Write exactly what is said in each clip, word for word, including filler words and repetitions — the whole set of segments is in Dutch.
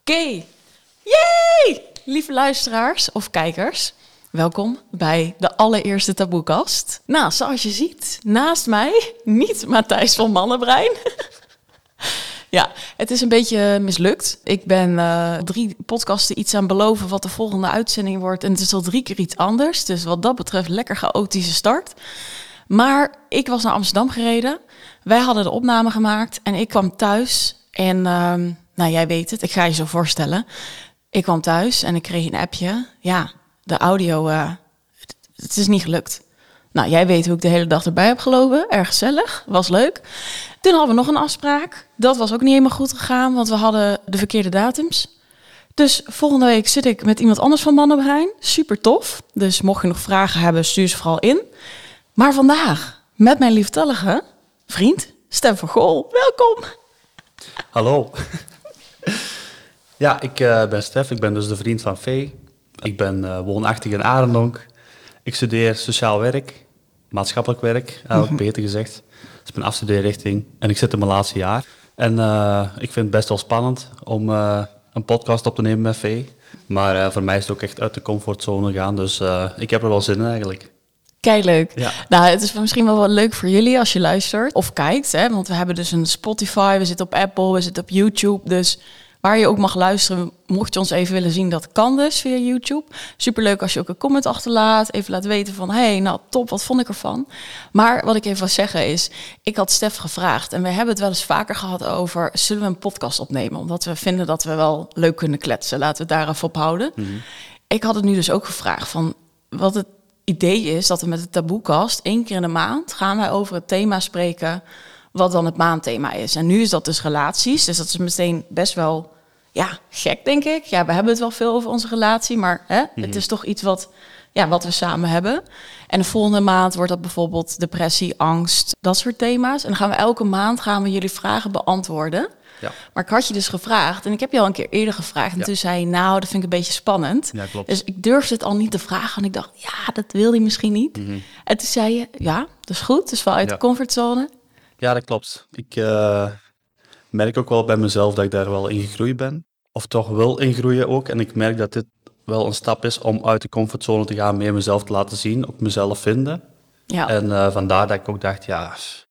Oké. Yay! Lieve luisteraars of kijkers, welkom bij de allereerste Taboekast. Nou, zoals je ziet, naast mij niet Matthijs van Mannenbrein. Ja, het is een beetje mislukt. Ik ben uh, drie podcasten iets aan beloven wat de volgende uitzending wordt. En het is al drie keer iets anders. Dus wat dat betreft lekker chaotische start. Maar ik was naar Amsterdam gereden. Wij hadden de opname gemaakt en ik kwam thuis. En uh, nou, jij weet het, ik ga je zo voorstellen. Ik kwam thuis en ik kreeg een appje. Ja, de audio, uh, het, het is niet gelukt. Nou, jij weet hoe ik de hele dag erbij heb gelopen. Erg gezellig, was leuk. Toen hadden we nog een afspraak. Dat was ook niet helemaal goed gegaan, want we hadden de verkeerde datums. Dus volgende week zit ik met iemand anders van Mannenbrein. Super tof. Dus mocht je nog vragen hebben, stuur ze vooral in. Maar vandaag met mijn lieftallige vriend Stef van Gool. Welkom. Hallo. Ja, ik uh, ben Stef. Ik ben dus de vriend van Vee. Ik ben uh, woonachtig in Arendonk. Ik studeer sociaal werk, maatschappelijk werk, eigenlijk mm-hmm. beter gezegd. Dat is mijn afstudeerrichting en ik zit in mijn laatste jaar. En uh, ik vind het best wel spannend om uh, een podcast op te nemen met Vee. Maar uh, voor mij is het ook echt uit de comfortzone gaan, dus uh, ik heb er wel zin in eigenlijk. Kei leuk. Ja. Nou, het is misschien wel wat leuk voor jullie als je luistert of kijkt. Hè? Want we hebben dus een Spotify, we zitten op Apple, we zitten op YouTube. Dus waar je ook mag luisteren, mocht je ons even willen zien, dat kan dus via YouTube. Superleuk als je ook een comment achterlaat. Even laat weten van, hé, hey, nou top, wat vond ik ervan? Maar wat ik even wil zeggen is, ik had Stef gevraagd en we hebben het wel eens vaker gehad over, zullen we een podcast opnemen? Omdat we vinden dat we wel leuk kunnen kletsen. Laten we het daar even op houden. Mm-hmm. Ik had het nu dus ook gevraagd van, wat het idee is dat we met de Taboekast één keer in de maand gaan wij over het thema spreken wat dan het maandthema is. En nu is dat dus relaties, dus dat is meteen best wel ja, gek, denk ik. Ja, we hebben het wel veel over onze relatie, maar hè, mm-hmm. het is toch iets wat, ja, wat we samen hebben. En de volgende maand wordt dat bijvoorbeeld depressie, angst, dat soort thema's. En dan gaan we elke maand gaan we jullie vragen beantwoorden. Ja. Maar ik had je dus gevraagd, en ik heb je al een keer eerder gevraagd. En ja. toen zei je, nou, dat vind ik een beetje spannend. Ja, klopt. Dus ik durfde het al niet te vragen. En ik dacht, ja, dat wil hij misschien niet. Mm-hmm. En toen zei je, ja, dat is goed. Dat is wel uit ja. de comfortzone. Ja, dat klopt. Ik uh, merk ook wel bij mezelf dat ik daar wel in gegroeid ben. Of toch wil ingroeien ook. En ik merk dat dit wel een stap is om uit de comfortzone te gaan, meer mezelf te laten zien, ook mezelf vinden. Ja. En uh, vandaar dat ik ook dacht, ja,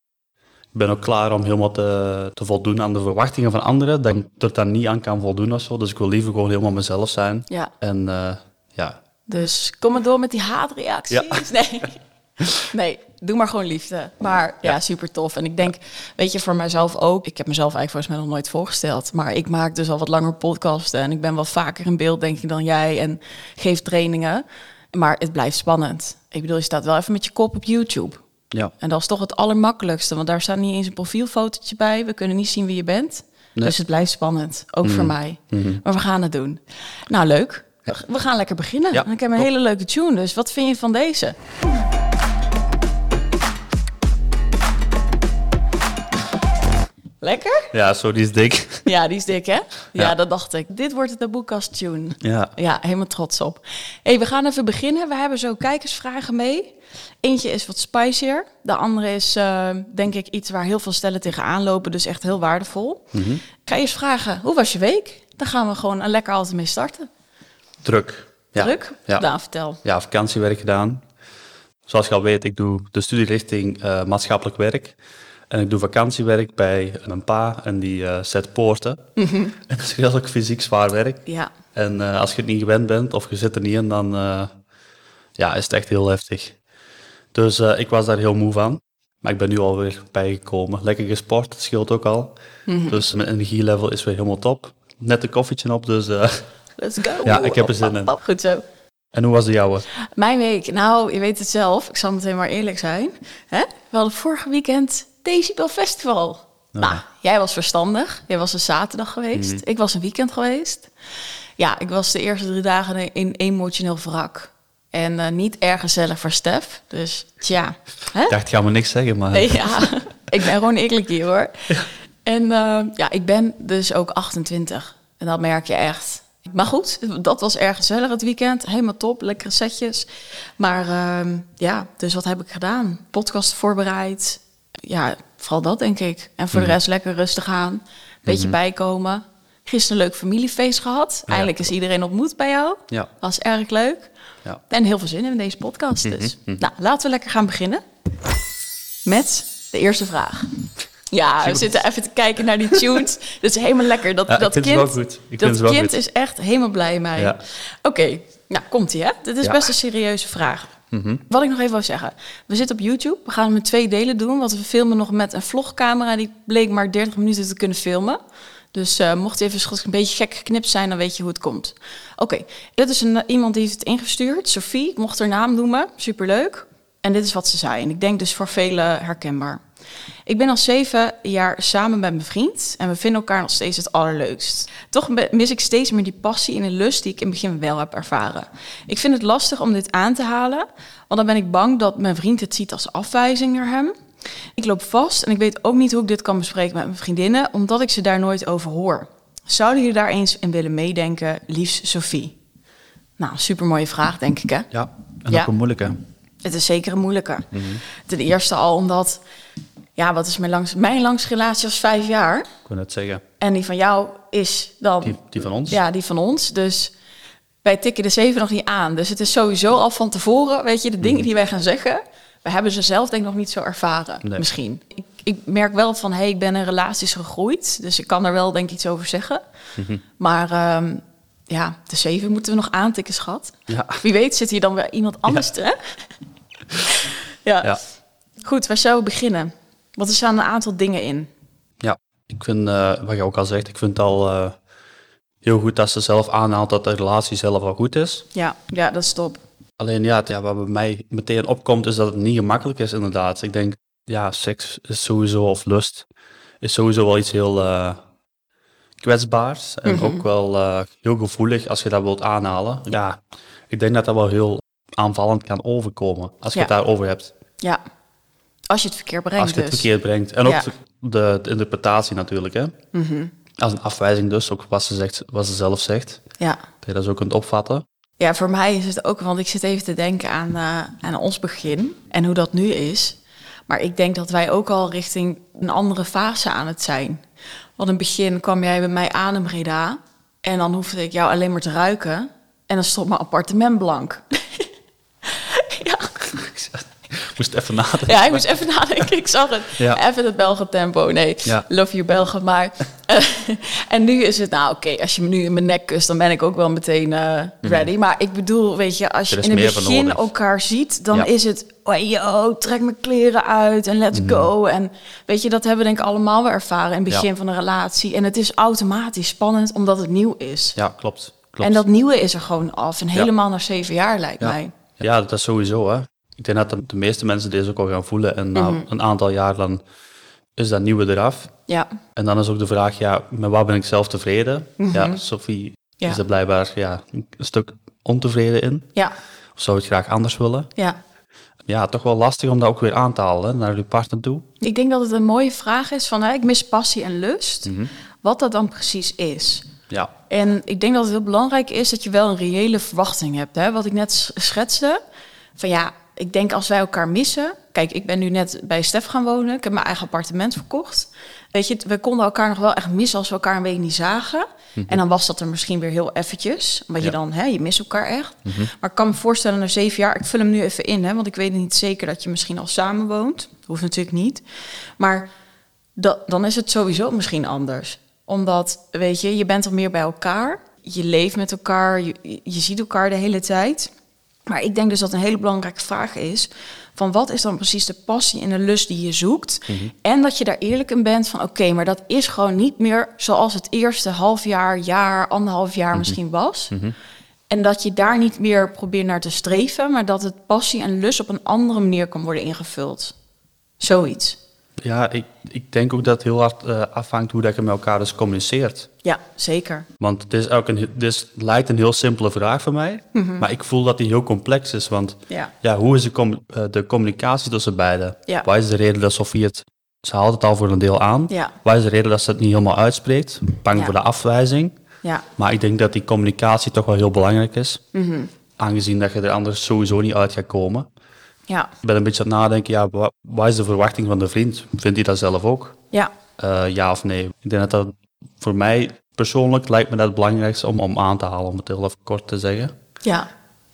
ik ben ook klaar om helemaal te, te voldoen aan de verwachtingen van anderen, dat ik er dan niet aan kan voldoen of zo. Dus ik wil liever gewoon helemaal mezelf zijn. Ja. En uh, ja. Dus kom maar door met die haatreacties. Ja. Nee. Nee, doe maar gewoon liefde. Maar ja, ja, super tof. En ik denk, weet je, voor mijzelf ook. Ik heb mezelf eigenlijk volgens mij nog nooit voorgesteld. Maar ik maak dus al wat langer podcasten. En ik ben wat vaker in beeld, denk ik, dan jij. En geef trainingen. Maar het blijft spannend. Ik bedoel, je staat wel even met je kop op YouTube. Ja. En dat is toch het allermakkelijkste. Want daar staat niet eens een profielfotootje bij. We kunnen niet zien wie je bent. Nee. Dus het blijft spannend. Ook mm. voor mij. Mm-hmm. Maar we gaan het doen. Nou, leuk. Ja. We gaan lekker beginnen. Ja, ik heb een top. hele leuke tune. Dus wat vind je van deze? Lekker? Ja, zo, die is dik. Ja, die is dik, hè? Ja, ja. Dat dacht ik. Dit wordt het Taboekast tune. Ja. Ja, helemaal trots op. Hey, we gaan even beginnen. We hebben zo kijkersvragen mee. Eentje is wat spicier. De andere is, uh, denk ik, iets waar heel veel stellen tegenaan lopen. Dus echt heel waardevol. Mm-hmm. Ik ga je eens vragen, hoe was je week? Dan gaan we gewoon een lekker altijd mee starten. Druk. Ja. Druk? Ja. Daan, vertel. Ja, vakantiewerk gedaan. Zoals je al weet, ik doe de studierichting uh, maatschappelijk werk. En ik doe vakantiewerk bij mijn pa en die uh, zet poorten. Mm-hmm. En dat is redelijk fysiek zwaar werk. Ja. En uh, als je het niet gewend bent of je zit er niet in, dan uh, ja, is het echt heel heftig. Dus uh, ik was daar heel moe van. Maar ik ben nu alweer bijgekomen. Lekker gesport, dat scheelt ook al. Mm-hmm. Dus mijn energielevel is weer helemaal top. Net een koffietje op, dus uh, let's go. Ja, ik heb er zin in. Goed zo. En hoe was de jouwe? Mijn week? Nou, je weet het zelf. Ik zal meteen maar eerlijk zijn. Hè? We hadden vorige weekend Decibel Festival. Oh. Nou, jij was verstandig. Jij was een zaterdag geweest. Mm-hmm. Ik was een weekend geweest. Ja, ik was de eerste drie dagen in emotioneel wrak. En uh, niet erg gezellig voor Stef. Dus tja. Hè? Ik dacht, ik ga me niks zeggen, maar... Nee, ja, ik ben gewoon eerlijk hier, hoor. Ja. En uh, ja, ik ben dus ook achtentwintig. En dat merk je echt. Maar goed, dat was erg gezellig het weekend. Helemaal top, lekkere setjes. Maar uh, ja, dus wat heb ik gedaan? Podcast voorbereid. Ja, vooral dat, denk ik. En voor mm. de rest lekker rustig aan. Beetje mm-hmm. bijkomen. Gisteren een leuk familiefeest gehad. Ja, Eindelijk is iedereen ontmoet bij jou. Ja. Was erg leuk. Ja. En heel veel zin in deze podcast dus. Mm-hmm. Nou, laten we lekker gaan beginnen. Met de eerste vraag. Ja, we zitten even te kijken naar die tunes. Dat is helemaal lekker. Dat, Ja, dat ik vind kind, het wel goed. Ik dat vind het wel kind goed. is echt helemaal blij mee. Ja. Oké, nou komt-ie hè. Dit is Ja. best een serieuze vraag. Mhm. Wat ik nog even wil zeggen. We zitten op YouTube. We gaan het met twee delen doen. Want we filmen nog met een vlogcamera. Die bleek maar dertig minuten te kunnen filmen. Dus uh, mocht het even een beetje gek geknipt zijn, dan weet je hoe het komt. Oké, okay. Dit is een, iemand die heeft het ingestuurd. Sophie, ik mocht haar naam noemen. Superleuk. En dit is wat ze zei. En ik denk dus voor velen herkenbaar. Ik ben al zeven jaar samen met mijn vriend. En we vinden elkaar nog steeds het allerleukst. Toch mis ik steeds meer die passie en de lust die ik in het begin wel heb ervaren. Ik vind het lastig om dit aan te halen. Want dan ben ik bang dat mijn vriend het ziet als afwijzing naar hem. Ik loop vast en ik weet ook niet hoe ik dit kan bespreken met mijn vriendinnen, omdat ik ze daar nooit over hoor. Zouden jullie daar eens in willen meedenken, liefst Sophie? Nou, supermooie vraag, denk ik, hè? Ja, en Ja. ook een moeilijke. Het is zeker een moeilijke. Mm-hmm. Ten eerste al omdat, ja, wat is mijn langs, mijn langste relatie was vijf jaar. Ik wil net zeggen. En die van jou is dan... Die, die van ons? Ja, die van ons. Dus wij tikken de zeven nog niet aan. Dus het is sowieso al van tevoren, weet je, de dingen die wij gaan zeggen, we hebben ze zelf denk ik nog niet zo ervaren, Nee. misschien. Ik, ik merk wel van, hé, hey, ik ben in relaties gegroeid, dus ik kan er wel denk ik iets over zeggen. Mhm. Maar ehm, ja, de zeven moeten we nog aantikken, schat. Ja. Wie weet zit hier dan weer iemand anders, Ja. hè? ja. Ja. Goed, waar zouden we beginnen? Wat er staan een aantal dingen in. Ja, ik vind, uh, wat je ook al zegt, ik vind het al uh, heel goed dat ze zelf aanhaalt dat de relatie zelf al goed is. Ja, ja, dat is top. Alleen ja, het, ja, wat bij mij meteen opkomt is dat het niet gemakkelijk is inderdaad. Ik denk, ja, seks is sowieso, of lust, is sowieso wel iets heel uh, kwetsbaars. En Mhm. ook wel uh, heel gevoelig als je dat wilt aanhalen. Ja, ik denk dat dat wel heel aanvallend kan overkomen als je Ja. het daarover hebt. Ja, als je het verkeerd brengt Als je het dus. verkeerd brengt. En ook Ja. de, de interpretatie natuurlijk, hè. Mhm. Als een afwijzing dus, ook wat ze, zegt, wat ze zelf zegt. Ja. Dat je dat zo kunt opvatten. Ja, voor mij is het ook, want ik zit even te denken aan, uh, aan ons begin en hoe dat nu is. Maar ik denk dat wij ook al richting een andere fase aan het zijn. Want in het begin kwam jij bij mij aan in Breda en dan hoefde ik jou alleen maar te ruiken en dan stond mijn appartement blank. ja. Ik moest even nadenken. ja, ik moest even nadenken, ik zag het. Ja. Even het Belgen tempo, nee, Ja. love you Belgen. Maar, uh, en nu is het, nou oké, okay, als je me nu in mijn nek kust, dan ben ik ook wel meteen uh, ready. Mm. Maar ik bedoel, weet je, als je Er is in het meer van begin nodig. elkaar ziet, dan Ja. is het, oh, yo, trek mijn kleren uit en let's Mm. go. En weet je, dat hebben we denk ik allemaal wel ervaren in het begin Ja. van een relatie. En het is automatisch spannend, omdat het nieuw is. Ja, klopt. klopt. En dat nieuwe is er gewoon af. En Ja. helemaal na zeven jaar, lijkt ja. mij. Ja, dat is sowieso, hè. Ik denk dat de, de meeste mensen deze ook al gaan voelen. En na Mhm. een aantal jaar dan is dat nieuwe eraf. Ja, En dan is ook de vraag, ja, met wat ben ik zelf tevreden? Mhm. Ja, Sophie Ja. is er blijkbaar ja, een stuk ontevreden in. ja, Of zou het graag anders willen? ja. Ja, toch wel lastig om dat ook weer aan te halen, hè, naar je partner toe. Ik denk dat het een mooie vraag is van, hè, ik mis passie en lust. Mhm. Wat dat dan precies is. Ja, En ik denk dat het heel belangrijk is dat je wel een reële verwachting hebt. Hè? Wat ik net s- schetste. Van ja, ik denk als wij elkaar missen. Kijk, ik ben nu net bij Stef gaan wonen. Ik heb mijn eigen appartement verkocht. Weet je, we konden elkaar nog wel echt missen als we elkaar een week niet zagen. Mhm. En dan was dat er misschien weer heel eventjes. Omdat je Ja. dan, hè, je mist elkaar echt. Mhm. Maar ik kan me voorstellen na zeven jaar, ik vul hem nu even in. Hè, want ik weet niet zeker dat je misschien al samen woont. Hoeft natuurlijk niet. Maar dat, dan is het sowieso misschien anders. Omdat, weet je, je bent al meer bij elkaar. Je leeft met elkaar, je, je ziet elkaar de hele tijd. Maar ik denk dus dat een hele belangrijke vraag is van wat is dan precies de passie en de lust die je zoekt? Mhm. En dat je daar eerlijk in bent van oké, maar dat is gewoon niet meer zoals het eerste half jaar, jaar, anderhalf jaar Mhm. misschien was. Mhm. En dat je daar niet meer probeert naar te streven, maar dat het passie en lust op een andere manier kan worden ingevuld. Zoiets. ja ik, ik denk ook dat het heel hard uh, afhangt hoe dat je met elkaar dus communiceert. Ja, zeker. Want het is ook een, dit is, lijkt een heel simpele vraag voor mij, Mhm. maar ik voel dat die heel complex is. Want Ja. ja, hoe is de, com- uh, de communicatie tussen beiden? Ja. Wat is de reden dat Sophie het, ze haalt het al voor een deel aan. Ja. Wat is de reden dat ze het niet helemaal uitspreekt? Bang Ja. voor de afwijzing. Ja. Maar ik denk dat die communicatie toch wel heel belangrijk is. Mhm. Aangezien dat je er anders sowieso niet uit gaat komen. Ja. Ik ben een beetje aan het nadenken, ja, wat, wat is de verwachting van de vriend? Vindt hij dat zelf ook? Ja. Uh, ja of nee? Ik denk dat dat voor mij persoonlijk lijkt me dat het belangrijkste om, om aan te halen, om het heel even kort te zeggen. Ja,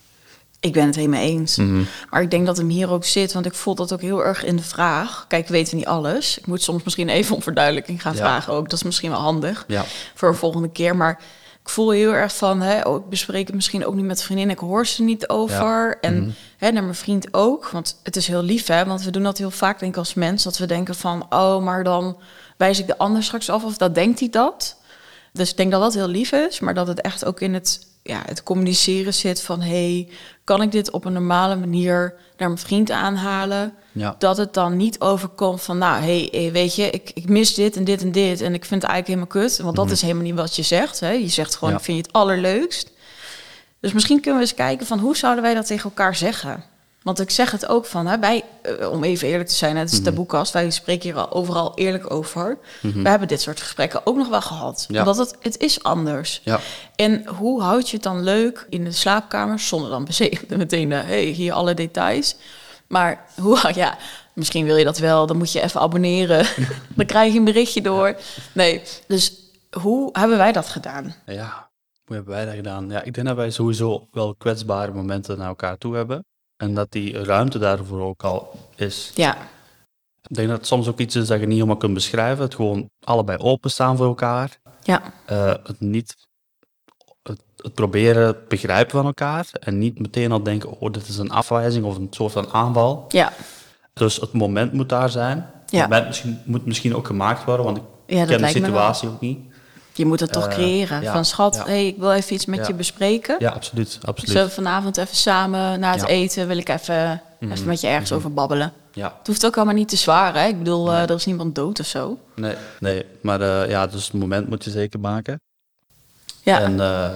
ik ben het helemaal eens. Mm-hmm. Maar ik denk dat hem hier ook zit, want ik voel dat ook heel erg in de vraag. Kijk, we weten niet alles. Ik moet soms misschien even om verduidelijking gaan Ja. vragen ook. Dat is misschien wel handig Ja. voor een volgende keer. Maar ik voel heel erg van, hè, oh, ik bespreek het misschien ook niet met vriendinnen. Ik hoor ze niet over. Ja. En Mm-hmm. hè, naar mijn vriend ook. Want het is heel lief, hè. Want we doen dat heel vaak, denk ik, als mens. Dat we denken van, oh, maar dan wijs ik de ander straks af. Of dat denkt hij dat. Dus ik denk dat dat heel lief is. Maar dat het echt ook in het, ja, het communiceren zit van... hey, kan ik dit op een normale manier naar mijn vriend aanhalen? Ja. Dat het dan niet overkomt van... nou, hey, weet je, ik, ik mis dit en dit en dit... en ik vind het eigenlijk helemaal kut. Want dat Mhm. is helemaal niet wat je zegt. Hè? Je zegt gewoon, Ja. ik vind je het allerleukst. Dus misschien kunnen we eens kijken van... hoe zouden wij dat tegen elkaar zeggen? Want ik zeg het ook van, hè, wij, uh, om even eerlijk te zijn... het is Mhm. Taboekast, wij spreken hier al overal eerlijk over. Mhm. We hebben dit soort gesprekken ook nog wel gehad. Ja. Omdat het, het is anders. Ja. En hoe houd je het dan leuk in de slaapkamer... zonder dan meteen, uh, hey, hier alle details. Maar hoe, ja, misschien wil je dat wel... dan moet je even abonneren. Dan krijg je een berichtje door. Nee, dus hoe hebben wij dat gedaan? Ja, hoe hebben wij dat gedaan? Ja, ik denk dat wij sowieso wel kwetsbare momenten naar elkaar toe hebben. En dat die ruimte daarvoor ook al is. Ja, Ik denk dat het soms ook iets is dat je niet helemaal kunt beschrijven. Het gewoon allebei openstaan voor elkaar. ja, Uh, het niet... Het, het proberen begrijpen van elkaar. En niet meteen al denken, oh, dit is een afwijzing of een soort van aanval. ja. Dus het moment moet daar zijn. Het Ja. moment misschien, moet misschien ook gemaakt worden, want ik Ja, dat ken de lijkt me situatie ook niet. Je moet het toch Uh, creëren. ja, van schat, ja. hey, ik wil even iets met Ja. je bespreken. Ja, absoluut. absoluut. Zullen we vanavond even samen na het Ja. eten... wil ik even, Mhm. even met je ergens Mhm. over babbelen. Ja, Het hoeft ook allemaal niet te zwaar, hè? Ik bedoel, uh, Nee. er is niemand dood of zo. nee, nee. Maar uh, ja, dus het moment moet je zeker maken. Ja, En uh,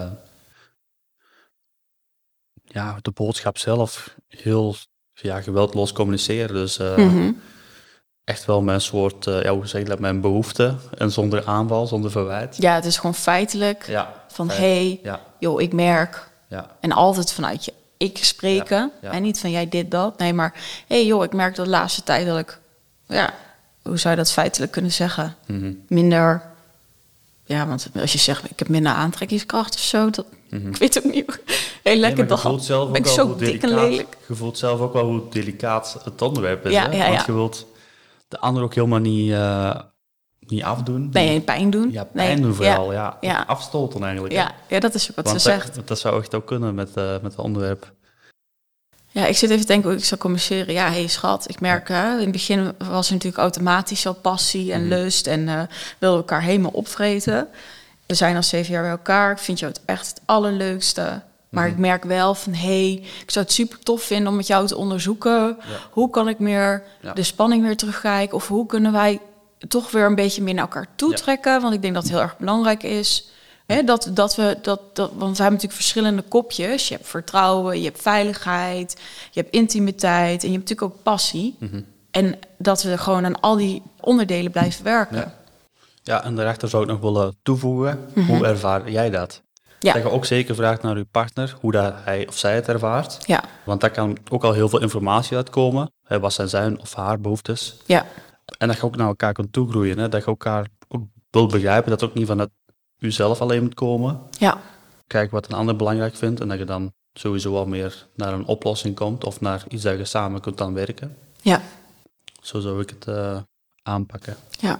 ja, de boodschap zelf heel ja, geweldloos communiceren. Dus uh, Mhm. echt wel mijn soort, uh, ja, hoe zeg ik dat, mijn behoefte. En zonder aanval, zonder verwijt. ja, het is gewoon feitelijk Ja, van... feit. hey, Ja, joh, ik merk... ja, En altijd vanuit je ik spreken. Ja, ja. En niet van jij dit, dat. Nee, maar hé hey, joh, ik merk de laatste tijd dat ik... Ja, hoe zou je dat feitelijk kunnen zeggen? mhm, Minder... Ja, want als je zegt, ik heb minder aantrekkingskracht of zo... Dat, mhm. ik weet ook niet. Heel lekker Nee, maar je dan. voelt zelf Ben ook ik wel zo hoe dik en delicaat- lelijk. Je voelt zelf ook wel hoe delicaat het onderwerp is. Ja, hè? ja, Want ja. je wilt de ander ook helemaal niet, uh, niet afdoen. Nee, pijn doen. Ja, pijn nee. doen vooral. Ja. Ja. Afstoten eigenlijk. hè. Ja, ja, dat is ook wat Want ze dat, zegt. dat zou echt ook kunnen met, uh, met het onderwerp. Ja, ik zit even te denken hoe ik zou communiceren. Ja, hé hey, schat, ik merk, hè, in het begin was er natuurlijk automatisch al passie en Mhm. lust en uh, wilden we elkaar helemaal opvreten. We zijn al zeven jaar bij elkaar. Ik vind jou het echt het allerleukste. Maar Mhm. ik merk wel van, hé, hey, ik zou het super tof vinden om met jou te onderzoeken. Ja. Hoe kan ik meer Ja. de spanning weer terugkijken? Of hoe kunnen wij toch weer een beetje meer naar elkaar toetrekken? Want ik denk dat het heel erg belangrijk is. Hè, dat, dat we, dat, dat, want we hebben natuurlijk verschillende kopjes. Je hebt vertrouwen, je hebt veiligheid, je hebt intimiteit en je hebt natuurlijk ook passie. Mhm. En dat we gewoon aan al die onderdelen blijven werken. Ja. Ja, en daarachter zou ik nog willen toevoegen. Mhm. Hoe ervaar jij dat? Ja. Dat je ook zeker vraagt naar je partner hoe dat hij of zij het ervaart. Ja, Want daar kan ook al heel veel informatie uitkomen. Hè, wat zijn zijn of haar behoeftes? ja, En dat je ook naar elkaar kunt toegroeien. Hè? Dat je elkaar ook wilt begrijpen. Dat het ook niet vanuit jezelf alleen moet komen. ja, Kijk wat een ander belangrijk vindt. En dat je dan sowieso wel meer naar een oplossing komt. Of naar iets dat je samen kunt aan werken. ja, Zo zou ik het uh, aanpakken. ja.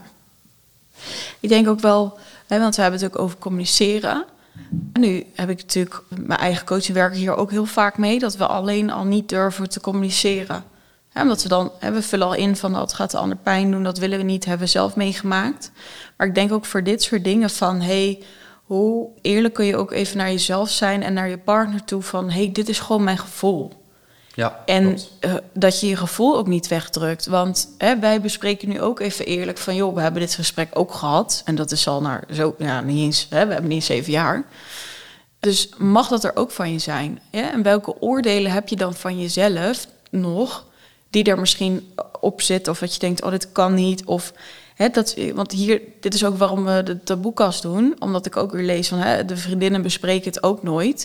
Ik denk ook wel, hè, want we hebben het ook over communiceren. En nu heb ik natuurlijk mijn eigen coachingwerk hier ook heel vaak mee. Dat we alleen al niet durven te communiceren. Hè, omdat we dan, hè, we vullen al in van dat gaat de ander pijn doen. Dat willen we niet, hebben we zelf meegemaakt. Maar ik denk ook voor dit soort dingen van... hey, hoe eerlijk kun je ook even naar jezelf zijn en naar je partner toe van... hey, dit is gewoon mijn gevoel. Ja, En uh, dat je je gevoel ook niet wegdrukt. Want hè, wij bespreken nu ook even eerlijk van... joh, we hebben dit gesprek ook gehad. En dat is al naar zo... Ja, niet eens, hè, we hebben niet eens zeven jaar. Dus mag dat er ook van je zijn? Ja? En welke oordelen heb je dan van jezelf nog... die er misschien op zitten of dat je denkt... oh, dit kan niet, of... Hè, dat, want hier, dit is ook waarom we de taboekast doen. Omdat ik ook weer lees van... Hè, de vriendinnen bespreken het ook nooit...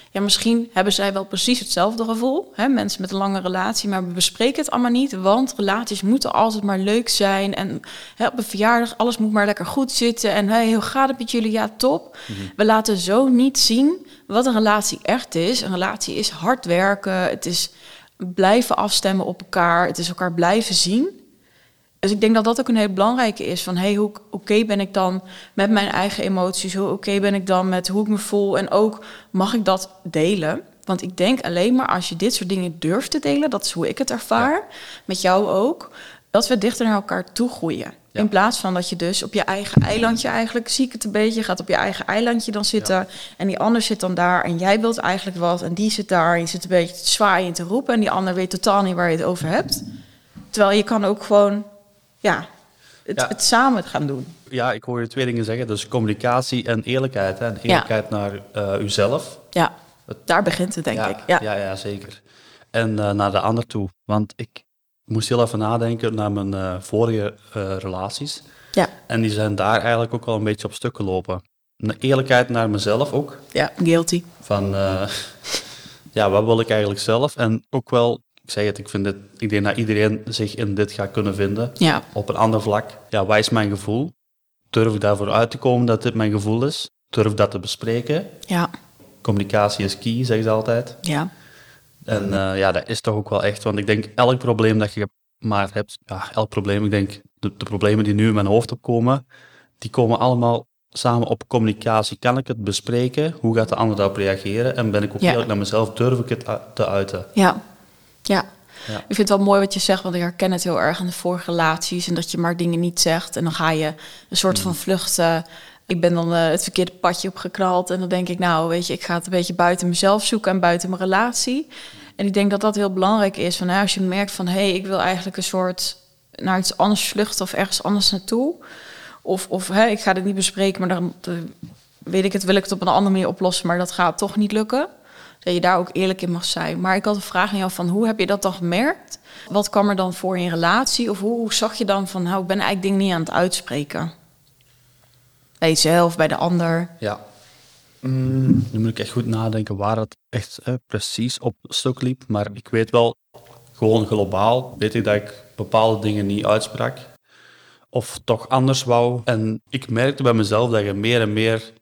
ja, misschien hebben zij wel precies hetzelfde gevoel. Hè? Mensen met een lange relatie, maar we bespreken het allemaal niet. Want relaties moeten altijd maar leuk zijn. En hè, op een verjaardag, alles moet maar lekker goed zitten. En hey, hoe gaat het met jullie? Ja, top. Mm-hmm. We laten zo niet zien wat een relatie echt is. Een relatie is hard werken. Het is blijven afstemmen op elkaar. Het is elkaar blijven zien. Dus ik denk dat dat ook een heel belangrijke is. Van, hey, hoe oké okay ben ik dan met mijn eigen emoties? Hoe oké okay ben ik dan met hoe ik me voel? En ook, mag ik dat delen? Want ik denk alleen maar als je dit soort dingen durft te delen... dat is hoe ik het ervaar, ja. met jou ook... dat we dichter naar elkaar toe groeien. Ja. In plaats van dat je dus op je eigen eilandje eigenlijk... zie ik het een beetje, gaat op je eigen eilandje dan zitten... Ja. en die ander zit dan daar en jij wilt eigenlijk wat... en die zit daar en je zit een beetje te zwaaien en te roepen... en die ander weet totaal niet waar je het over hebt. Terwijl je kan ook gewoon... Ja, het, ja. het samen gaan doen. Ja, ik hoor je twee dingen zeggen. Dus communicatie en eerlijkheid. Hè. En eerlijkheid ja. naar uh, uzelf. Ja, het, daar begint het, denk ja, ik. Ja. Ja, ja, zeker. En uh, naar de ander toe. Want ik moest heel even nadenken naar mijn uh, vorige uh, relaties. Ja. En die zijn daar eigenlijk ook wel een beetje op stuk gelopen. Een eerlijkheid naar mezelf ook. Ja, guilty. Van, uh, ja, wat wil ik eigenlijk zelf? En ook wel... Ik zeg het, ik, vind het, ik denk dat iedereen zich in dit gaat kunnen vinden. Ja. Op een ander vlak. Ja, wat is mijn gevoel? Durf ik daarvoor uit te komen dat dit mijn gevoel is? Durf dat te bespreken? Ja. Communicatie is key, zeggen ze altijd. Ja. En uh, ja, dat is toch ook wel echt. Want ik denk, elk probleem dat je maar hebt... Ja, elk probleem. Ik denk, de, de problemen die nu in mijn hoofd opkomen... die komen allemaal samen op communicatie. Kan ik het bespreken? Hoe gaat de ander daarop reageren? En ben ik ook ja. eerlijk naar mezelf? Durf ik het te uiten? Ja. Ja. ja, ik vind het wel mooi wat je zegt, want ik herken het heel erg in de vorige relaties en dat je maar dingen niet zegt en dan ga je een soort mm. van vluchten. Ik ben dan uh, het verkeerde padje opgeknald en dan denk ik, nou weet je, ik ga het een beetje buiten mezelf zoeken en buiten mijn relatie. En ik denk dat dat heel belangrijk is, van, nou, als je merkt van, hé, hey, ik wil eigenlijk een soort naar iets anders vluchten of ergens anders naartoe. Of, of hè, ik ga dit niet bespreken, maar dan uh, weet ik het, wil ik het op een andere manier oplossen, maar dat gaat toch niet lukken. Dat je daar ook eerlijk in mag zijn. Maar ik had een vraag aan jou van, hoe heb je dat dan gemerkt? Wat kwam er dan voor in je relatie? Of hoe, hoe zag je dan van, nou, ik ben eigenlijk dingen niet aan het uitspreken? Bij jezelf, bij de ander? Ja. Mm, nu moet ik echt goed nadenken waar het echt eh, precies op stuk liep. Maar ik weet wel, gewoon globaal, weet ik dat ik bepaalde dingen niet uitsprak. Of toch anders wou. En ik merkte bij mezelf dat je meer en meer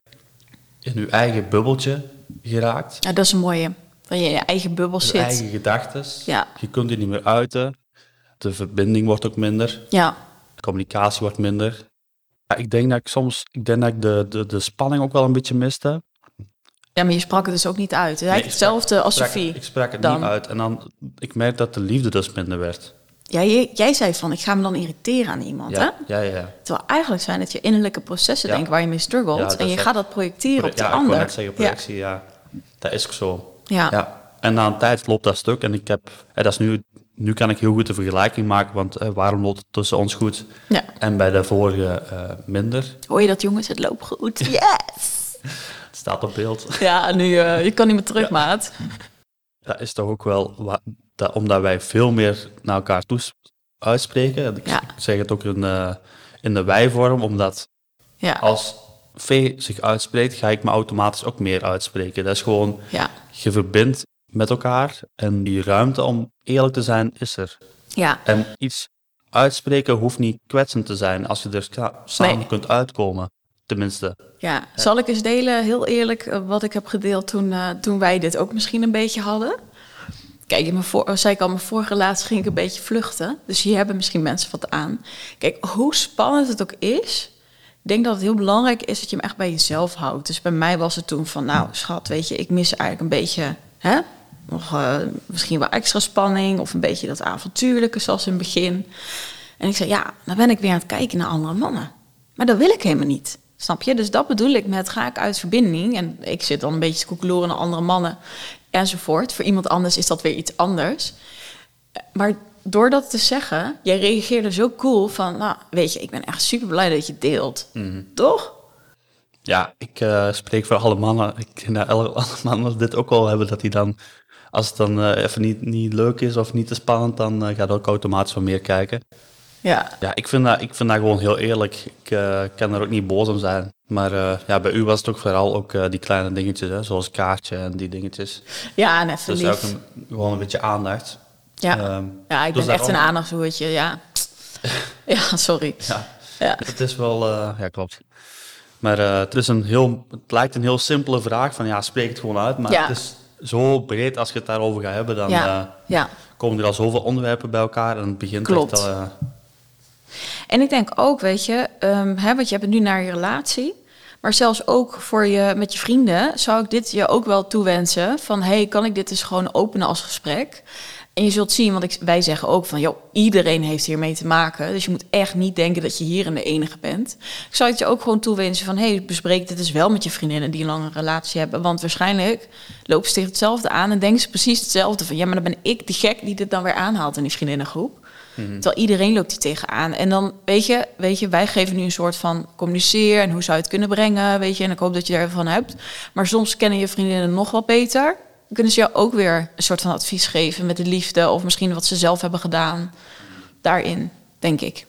in je eigen bubbeltje geraakt. Ja, dat is een mooie. Dat je in je eigen bubbel zit. Je eigen gedachten. Ja. Je kunt die niet meer uiten. De verbinding wordt ook minder. Ja. De communicatie wordt minder. Ja, ik denk dat ik soms ik denk dat ik de, de, de spanning ook wel een beetje miste. Ja, maar je sprak het dus ook niet uit. Nee, hetzelfde sprak, als sprak, Sophie. Ik sprak het dan. niet uit. En dan, ik merk dat de liefde dus minder werd. Ja, jij, jij zei van, ik ga me dan irriteren aan iemand, ja, hè? Ja, ja, ja. Terwijl eigenlijk zijn het je innerlijke processen, ja. denk ik, waar je mee struggelt. Ja, en je gaat dat projecteren pro- op de ja, ander. Ja, ik kon net zeggen projectie, ja. ja. Dat is ook zo. Ja. ja. En na een tijd loopt dat stuk. En ik heb, hè, dat is nu, nu kan ik heel goed de vergelijking maken, want hè, waarom loopt het tussen ons goed ja. en bij de vorige uh, minder? Hoor je dat, jongens? Het loopt goed. Yes! Het staat op beeld. Ja, nu, uh, je kan niet meer terug, ja. maat. Dat is toch ook wel, wa- dat, omdat wij veel meer naar elkaar toe uitspreken. Ik, ja. ik zeg het ook in, uh, in de wij-vorm, omdat ja. als V zich uitspreekt, ga ik me automatisch ook meer uitspreken. Dat is gewoon, ja. je verbindt met elkaar en die ruimte om eerlijk te zijn is er. Ja. En iets uitspreken hoeft niet kwetsend te zijn als je er ska- samen nee. kunt uitkomen, tenminste. Ja, zal ik eens delen, heel eerlijk, wat ik heb gedeeld toen, uh, toen wij dit ook misschien een beetje hadden? Kijk, in mijn voor, zei ik al, mijn vorige relatie ging ik een beetje vluchten. Dus hier hebben misschien mensen wat aan. Kijk, hoe spannend het ook is, ik denk dat het heel belangrijk is dat je hem echt bij jezelf houdt. Dus bij mij was het toen van, nou schat, weet je, ik mis eigenlijk een beetje, hè, nog uh, misschien wel extra spanning of een beetje dat avontuurlijke zoals in het begin. En ik zei, ja, dan ben ik weer aan het kijken naar andere mannen. Maar dat wil ik helemaal niet. Snap je? Dus dat bedoel ik met, ga ik uit verbinding. En ik zit dan een beetje te koekeloeren naar andere mannen enzovoort. Voor iemand anders is dat weer iets anders. Maar door dat te zeggen, jij reageerde zo cool van, nou, weet je, ik ben echt super blij dat je het deelt. Mm-hmm. Toch? Ja, ik uh, spreek voor alle mannen. Ik denk dat alle, alle mannen dit ook wel hebben, dat die dan, als het dan uh, even niet, niet leuk is of niet te spannend, dan uh, gaat ook automatisch van meer kijken. Ja, ja ik, vind dat, ik vind dat gewoon heel eerlijk. Ik uh, kan er ook niet boos om zijn. Maar uh, ja, bij u was het ook vooral ook uh, die kleine dingetjes, hè, zoals kaartje en die dingetjes. Ja, en even dus lief. ook een, gewoon een beetje aandacht. Ja, um, ja ik dus ben echt een aandachtshoertje, ja. ja, sorry. Ja, ja, het is wel, uh, ja klopt. Maar uh, het, is een heel, het lijkt een heel simpele vraag van ja, spreek het gewoon uit. Maar ja. het is zo breed als je het daarover gaat hebben, dan ja. Uh, ja. komen er al zoveel onderwerpen bij elkaar en het begint klopt. echt al... Uh, En ik denk ook, weet je, um, hè, want je hebt het nu naar je relatie, maar zelfs ook voor je met je vrienden zou ik dit je ook wel toewensen van, hey, kan ik dit dus gewoon openen als gesprek? En je zult zien, want ik, wij zeggen ook van, joh, iedereen heeft hiermee te maken, dus je moet echt niet denken dat je hierin de enige bent. Ik zou het je ook gewoon toewensen van, hey, bespreek dit dus wel met je vriendinnen die een lange relatie hebben, want waarschijnlijk lopen ze tegen hetzelfde aan en denken ze precies hetzelfde van, ja, maar dan ben ik de gek die dit dan weer aanhaalt in die vriendinnengroep. Mm-hmm. Terwijl iedereen loopt die tegenaan. En dan, weet je, weet je, wij geven nu een soort van communiceer en hoe zou je het kunnen brengen, weet je. En ik hoop dat je ervan hebt. Maar soms kennen je vriendinnen nog wat beter. Dan kunnen ze jou ook weer een soort van advies geven met de liefde of misschien wat ze zelf hebben gedaan. Daarin, denk ik.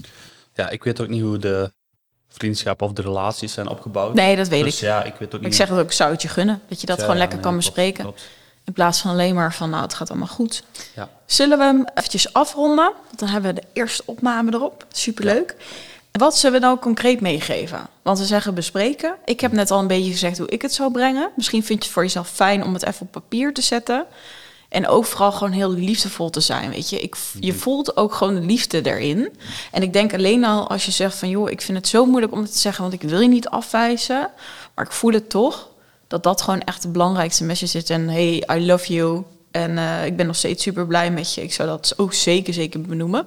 Ja, ik weet ook niet hoe de vriendschap of de relaties zijn opgebouwd. Nee, dat weet dus, ik. Ja, ik weet ook niet. Ik zeg het ook, ik zou het je gunnen. Dat je dat ja, gewoon lekker ja, nee, kan bespreken. Klopt, klopt. In plaats van alleen maar van, nou, het gaat allemaal goed. Ja. Zullen we hem eventjes afronden? Want dan hebben we de eerste opname erop. Superleuk. Ja. Wat zullen we nou concreet meegeven? Want we zeggen bespreken. Ik heb net al een beetje gezegd hoe ik het zou brengen. Misschien vind je het voor jezelf fijn om het even op papier te zetten. En ook vooral gewoon heel liefdevol te zijn, weet je. Ik, je voelt ook gewoon de liefde erin. En ik denk alleen al als je zegt van, joh, ik vind het zo moeilijk om het te zeggen, want ik wil je niet afwijzen. Maar ik voel het toch. Dat dat gewoon echt de belangrijkste message is. En hey, I love you. En uh, ik ben nog steeds super blij met je. Ik zou dat ook zeker, zeker benoemen.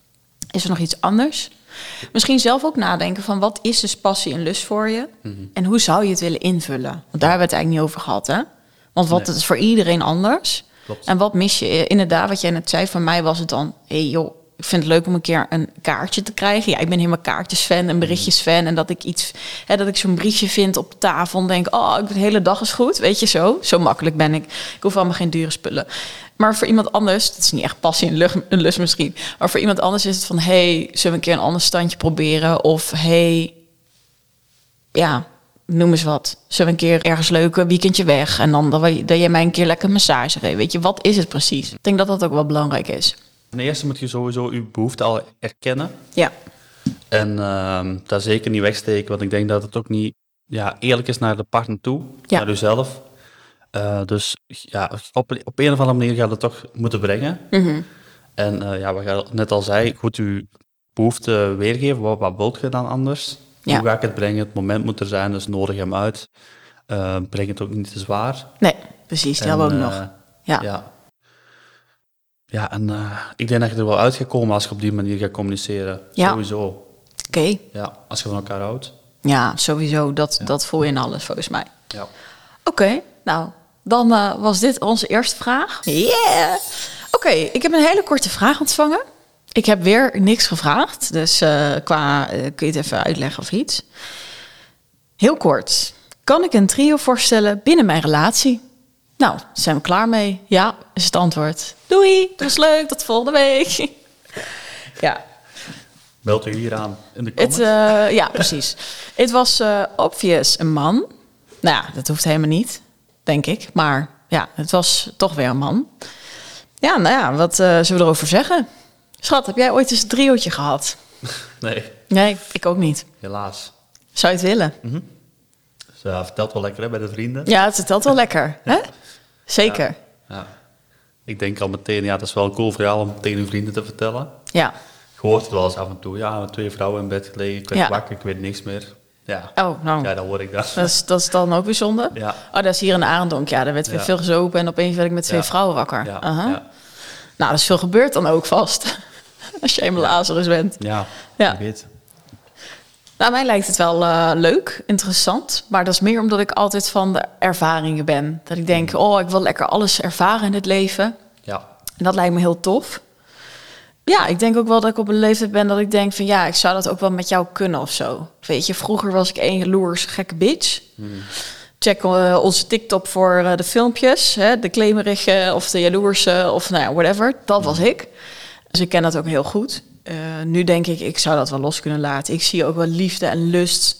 Is er nog iets anders? Misschien zelf ook nadenken van wat is dus passie en lust voor je? Mm-hmm. En hoe zou je het willen invullen? Want daar hebben we het eigenlijk niet over gehad, hè? Want wat nee. is voor iedereen anders. Klopt. En wat mis je? Inderdaad, wat jij net zei, van mij was het dan, hé hey, joh, ik vind het leuk om een keer een kaartje te krijgen. Ja, ik ben helemaal kaartjesfan en berichtjesfan. En dat ik iets, hè, dat ik zo'n briefje vind op tafel en denk, oh, de hele dag is goed. Weet je zo? Zo makkelijk ben ik. Ik hoef allemaal geen dure spullen. Maar voor iemand anders, dat is niet echt passie en lust, een lust misschien. Maar voor iemand anders is het van, hey, zullen we een keer een ander standje proberen? Of hey, ja, noem eens wat. Zullen we een keer ergens leuk een weekendje weg? En dan dat, we, dat je mij een keer lekker massage geeft. Weet je, wat is het precies? Ik denk dat dat ook wel belangrijk is. Ten eerste moet je sowieso je behoefte al erkennen. Ja. En uh, daar zeker niet wegsteken, want ik denk dat het ook niet ja, eerlijk is naar de partner toe, ja. naar jezelf. Uh, dus ja, op, op een of andere manier gaat het toch moeten brengen. Mm-hmm. En uh, ja, wat je net al zei, goed je behoefte weergeven. Wat, wat wilt je dan anders? Ja. Hoe ga ik het brengen? Het moment moet er zijn, dus nodig hem uit. Uh, breng het ook niet te zwaar. Nee, precies, die hebben we ook uh, nog. Ja. ja. Ja, en uh, ik denk dat je er wel uit gaat komen als je op die manier gaat communiceren. Ja. Sowieso. Oké. Okay. Ja, als je van elkaar houdt. Ja, sowieso. Dat, ja. dat voel je in alles, volgens mij. Ja. Oké, okay, nou, dan uh, was dit onze eerste vraag. Yeah! Oké, okay, ik heb een hele korte vraag ontvangen. Ik heb weer niks gevraagd, dus uh, qua, uh, kun je het even uitleggen of iets? Heel kort. Kan ik een trio voorstellen binnen mijn relatie? Nou, zijn we klaar mee? Ja, is het antwoord. Doei, dat was leuk, tot volgende week. Ja. Meld u hier aan in de comments. Het, uh, ja, precies. Het was uh, obvious een man. Nou ja, dat hoeft helemaal niet, denk ik. Maar ja, het was toch weer een man. Ja, nou ja, wat uh, zullen we erover zeggen? Schat, heb jij ooit eens een triootje gehad? Nee. Nee, ik ook niet. Helaas. Zou je het willen? Mm-hmm. Dus, uh, vertelt wel lekker hè, bij de vrienden. Ja, het vertelt wel lekker. Hè? Zeker. Ja, ja. Ik denk al meteen, ja, het is wel een cool verhaal om tegen uw vrienden te vertellen. Ja. Je hoort het wel eens af en toe. Ja, twee vrouwen in bed gelegen, ik werd ja. wakker, ik weet niks meer. Ja. Oh, nou. Ja, dan hoor ik dat. Dat is, dat is dan ook bijzonder? Ja. Oh, dat is hier in de Arendonk. Ja, daar werd weer ja. veel gezopen en opeens werd ik met twee ja. vrouwen wakker. Ja. Uh-huh. Ja. Nou, dat is veel gebeurd dan ook vast. Als je eenmaal ja. Lazarus bent. Ja, ja. ik weet. Nou, mij lijkt het wel uh, leuk, interessant. Maar dat is meer omdat ik altijd van de ervaringen ben. Dat ik denk, oh, ik wil lekker alles ervaren in het leven. Ja. En dat lijkt me heel tof. Ja, ik denk ook wel dat ik op een leeftijd ben dat ik denk van... ja, ik zou dat ook wel met jou kunnen of zo. Weet je, vroeger was ik één jaloers gekke bitch. Hmm. Check uh, onze TikTok voor uh, de filmpjes. Hè, de klemerige of de jaloerse of nou ja, whatever. Dat hmm. was ik. Dus ik ken dat ook heel goed. Uh, nu denk ik, ik zou dat wel los kunnen laten. Ik zie ook wel liefde en lust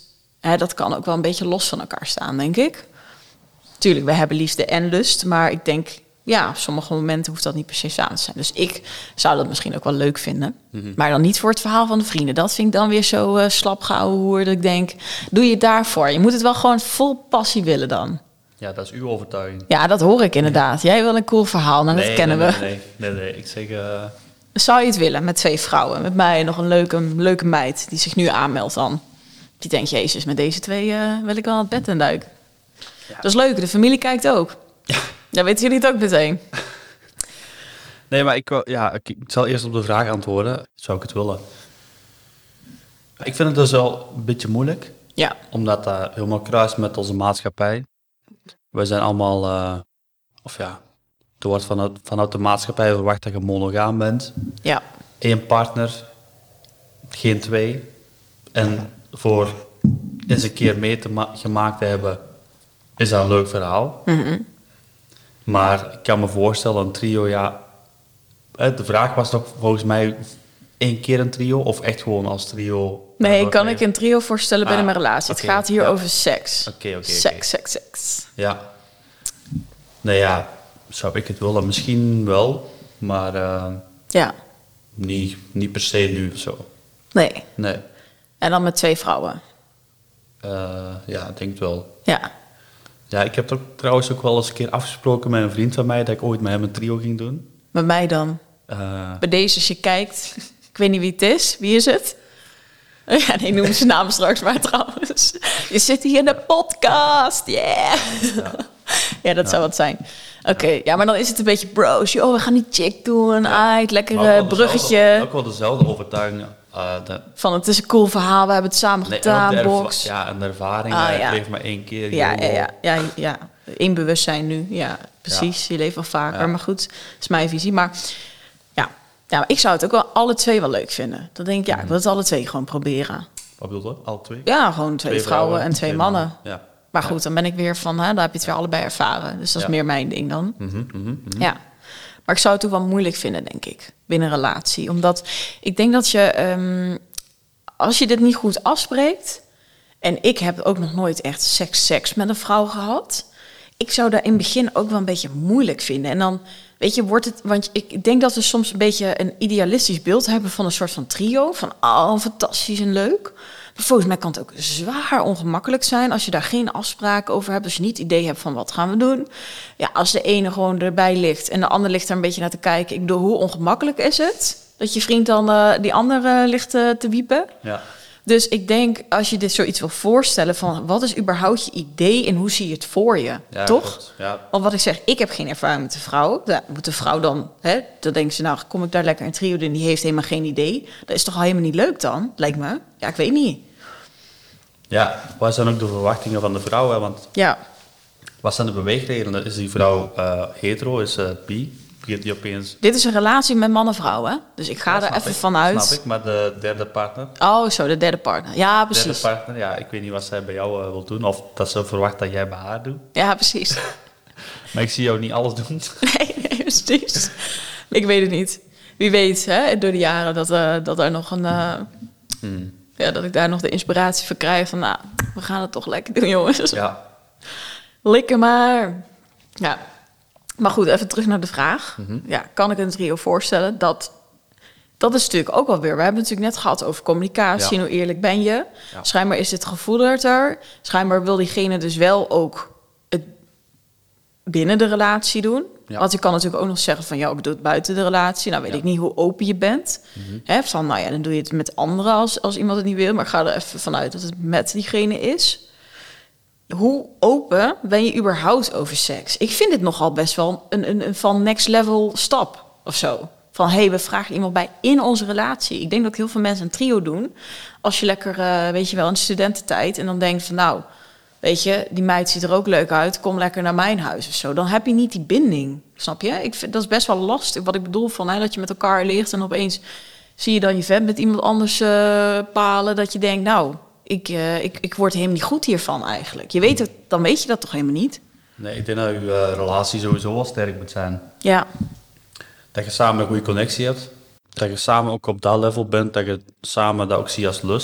hè, dat kan ook wel een beetje los van elkaar staan, denk ik. Tuurlijk, we hebben liefde en lust, maar ik denk, ja, op sommige momenten hoeft dat niet per se samen te zijn. Dus ik zou dat misschien ook wel leuk vinden. Mm-hmm. Maar dan niet voor het verhaal van de vrienden. Dat vind ik dan weer zo uh, slap gehouden hoer, dat ik denk, doe je het daarvoor. Je moet het wel gewoon vol passie willen dan. Ja, dat is uw overtuiging. Ja, dat hoor ik inderdaad. Jij wil een cool verhaal, nou, nee, dat kennen nee, we. Nee, nee, nee, nee. Ik zeg... Uh... Zou je het willen met twee vrouwen? Met mij nog een leuke, leuke meid die zich nu aanmeldt dan. Die denkt, jezus, met deze twee uh, wil ik wel het bed in duiken. Ja. Dat is leuk, de familie kijkt ook. Ja. Ja, weten jullie het ook meteen? Nee, maar ik, ja, ik, ik zal eerst op de vraag antwoorden. Zou ik het willen? Ik vind het dus wel een beetje moeilijk. Ja. Omdat dat helemaal kruist met onze maatschappij. We zijn allemaal... Uh, of ja... Er wordt vanuit, vanuit de maatschappij verwacht dat je monogaam bent. Ja. Eén partner, geen twee. En voor eens een keer mee te ma- gemaakt te hebben, is dat een leuk verhaal. Mm-hmm. Maar ik kan me voorstellen, een trio, ja... De vraag was toch volgens mij één keer een trio of echt gewoon als trio? Nee, ik kan ik een trio voorstellen binnen ah, mijn relatie. Okay, het gaat hier ja. over seks. Oké, okay, oké. Okay, seks, okay. seks, seks. Ja. Nou ja... Zou ik het willen? Misschien wel, maar uh, ja. niet, niet per se nu of zo. Nee. Nee. En dan met twee vrouwen? Uh, ja, ik denk het wel. Ja. Ja, ik heb toch trouwens ook wel eens een keer afgesproken met een vriend van mij dat ik ooit met hem een trio ging doen. Met mij dan? Uh, Bij deze, als je kijkt, ik weet niet wie het is. Wie is het? Ja, nee, noem zijn naam straks maar trouwens. Je zit hier in de podcast, yeah! Ja, ja dat ja. zou wat zijn. Oké, okay, ja, maar dan is het een beetje bros. Oh, we gaan die chick doen. Ja. Ah, lekker uh, bruggetje. Ook wel dezelfde overtuiging. Uh, de... Van het is een cool verhaal, we hebben het samen nee, gedaan, erva- box. Ja, en de ervaring. Ah, uh, ja. Je leeft maar één keer. Ja, ja, ja, ja, ja. In bewustzijn nu. Ja, precies. Ja. Je leeft wel vaker. Ja. Maar goed, dat is mijn visie. Maar ja. ja, ik zou het ook wel alle twee wel leuk vinden. Dan denk ik, ja, ik wil het alle twee gewoon proberen. Wat bedoel je? Alle twee? Ja, gewoon twee, twee vrouwen, vrouwen en twee, twee mannen. mannen. Ja. Maar goed, dan ben ik weer van, hè, daar heb je het weer allebei ervaren. Dus dat is ja. meer mijn ding dan. Mm-hmm, mm-hmm. Ja. Maar ik zou het toch wel moeilijk vinden, denk ik, binnen een relatie. Omdat ik denk dat je, um, als je dit niet goed afspreekt... en ik heb ook nog nooit echt seks, seks met een vrouw gehad... ik zou daar in het begin ook wel een beetje moeilijk vinden. En dan, weet je, wordt het... want ik denk dat we soms een beetje een idealistisch beeld hebben... van een soort van trio, van oh, fantastisch en leuk... Maar volgens mij kan het ook zwaar ongemakkelijk zijn als je daar geen afspraken over hebt. Als je niet het idee hebt van wat gaan we doen. Ja, als de ene gewoon erbij ligt en de ander ligt er een beetje naar te kijken. Ik bedoel, hoe ongemakkelijk is het? Dat je vriend dan uh, die andere ligt uh, te wiepen. Ja. Dus ik denk, als je dit zoiets wil voorstellen van wat is überhaupt je idee en hoe zie je het voor je, ja, toch? Ja. Want wat ik zeg, ik heb geen ervaring met de vrouw. Dan moet de vrouw dan, hè, dan denken ze, nou kom ik daar lekker in trio in, die heeft helemaal geen idee. Dat is toch al helemaal niet leuk dan, lijkt me. Ja, ik weet niet. Ja, wat zijn ook de verwachtingen van de vrouw? Hè? Want ja. Wat zijn de beweegredenen? Is die vrouw uh, hetero, is uh, bi? Begint die opeens... Dit is een relatie met man en vrouw, hè? Dus ik ga ja, er even ik, vanuit. Snap ik, maar de derde partner? Oh, zo, de derde partner. Ja, precies. De derde partner, ja. Ik weet niet wat zij bij jou uh, wil doen. Of dat ze verwacht dat jij bij haar doet. Ja, precies. Maar ik zie jou niet alles doen. Nee, nee, precies. Ik weet het niet. Wie weet, hè, door de jaren dat, uh, dat er nog een... Uh, hmm. Ja, dat ik daar nog de inspiratie voor krijg van... nou, we gaan het toch lekker doen, jongens. Ja. Likken maar. Ja. Maar goed, even terug naar de vraag. Mm-hmm. Ja, kan ik een trio voorstellen? Dat, dat is natuurlijk ook wel weer... We hebben het natuurlijk net gehad over communicatie... Ja. En hoe eerlijk ben je? Ja. Schijnbaar is dit gevoeligder. Schijnbaar wil diegene dus wel ook... het binnen de relatie doen. Ja. Want je kan natuurlijk ook nog zeggen van... ja, ik doe het buiten de relatie. Nou weet ja. ik niet hoe open je bent. Mm-hmm. Hè, van, nou ja, dan doe je het met anderen als, als iemand het niet wil. Maar ik ga er even vanuit dat het met diegene is. Hoe open ben je überhaupt over seks? Ik vind dit nogal best wel een, een, een van next level stap of zo. Van, hé, hey, we vragen iemand bij in onze relatie. Ik denk dat heel veel mensen een trio doen. Als je lekker, uh, weet je wel, in de studententijd... en dan denkt van, nou... weet je, die meid ziet er ook leuk uit, kom lekker naar mijn huis of zo. Dan heb je niet die binding, snap je? Ik vind dat is best wel lastig. Wat ik bedoel van, hè, dat je met elkaar ligt en opeens zie je dan je vent met iemand anders uh, palen, dat je denkt, nou, ik, uh, ik, ik word helemaal niet goed hiervan eigenlijk. Je weet het, dan weet je dat toch helemaal niet? Nee, ik denk dat je uh, relatie sowieso wel sterk moet zijn. Ja. Dat je samen een goede connectie hebt. Dat je samen ook op dat level bent, dat je samen dat ook ziet als lust.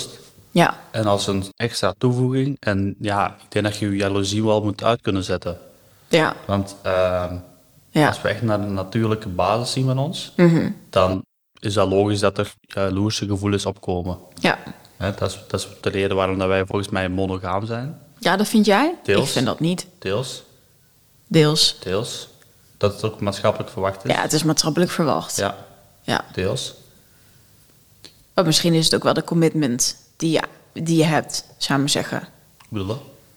Ja, En als een extra toevoeging. En ja, ik denk dat je je jaloezie wel moet uit kunnen zetten. ja, Want ehm, ja. als we echt naar de natuurlijke basis zien van ons, Mhm. dan is dat logisch dat er jaloerse gevoelens opkomen. Ja. Hè, dat, is, dat is de reden waarom dat wij volgens mij monogaam zijn. Ja, dat vind jij? Deels. Ik vind dat niet. Deels, Deels. deels. Dat het ook maatschappelijk verwacht is. Ja, het is maatschappelijk verwacht. Ja, Ja. deels. Maar misschien is het ook wel de commitment die je, die je hebt, zou ik maar zeggen. Willen.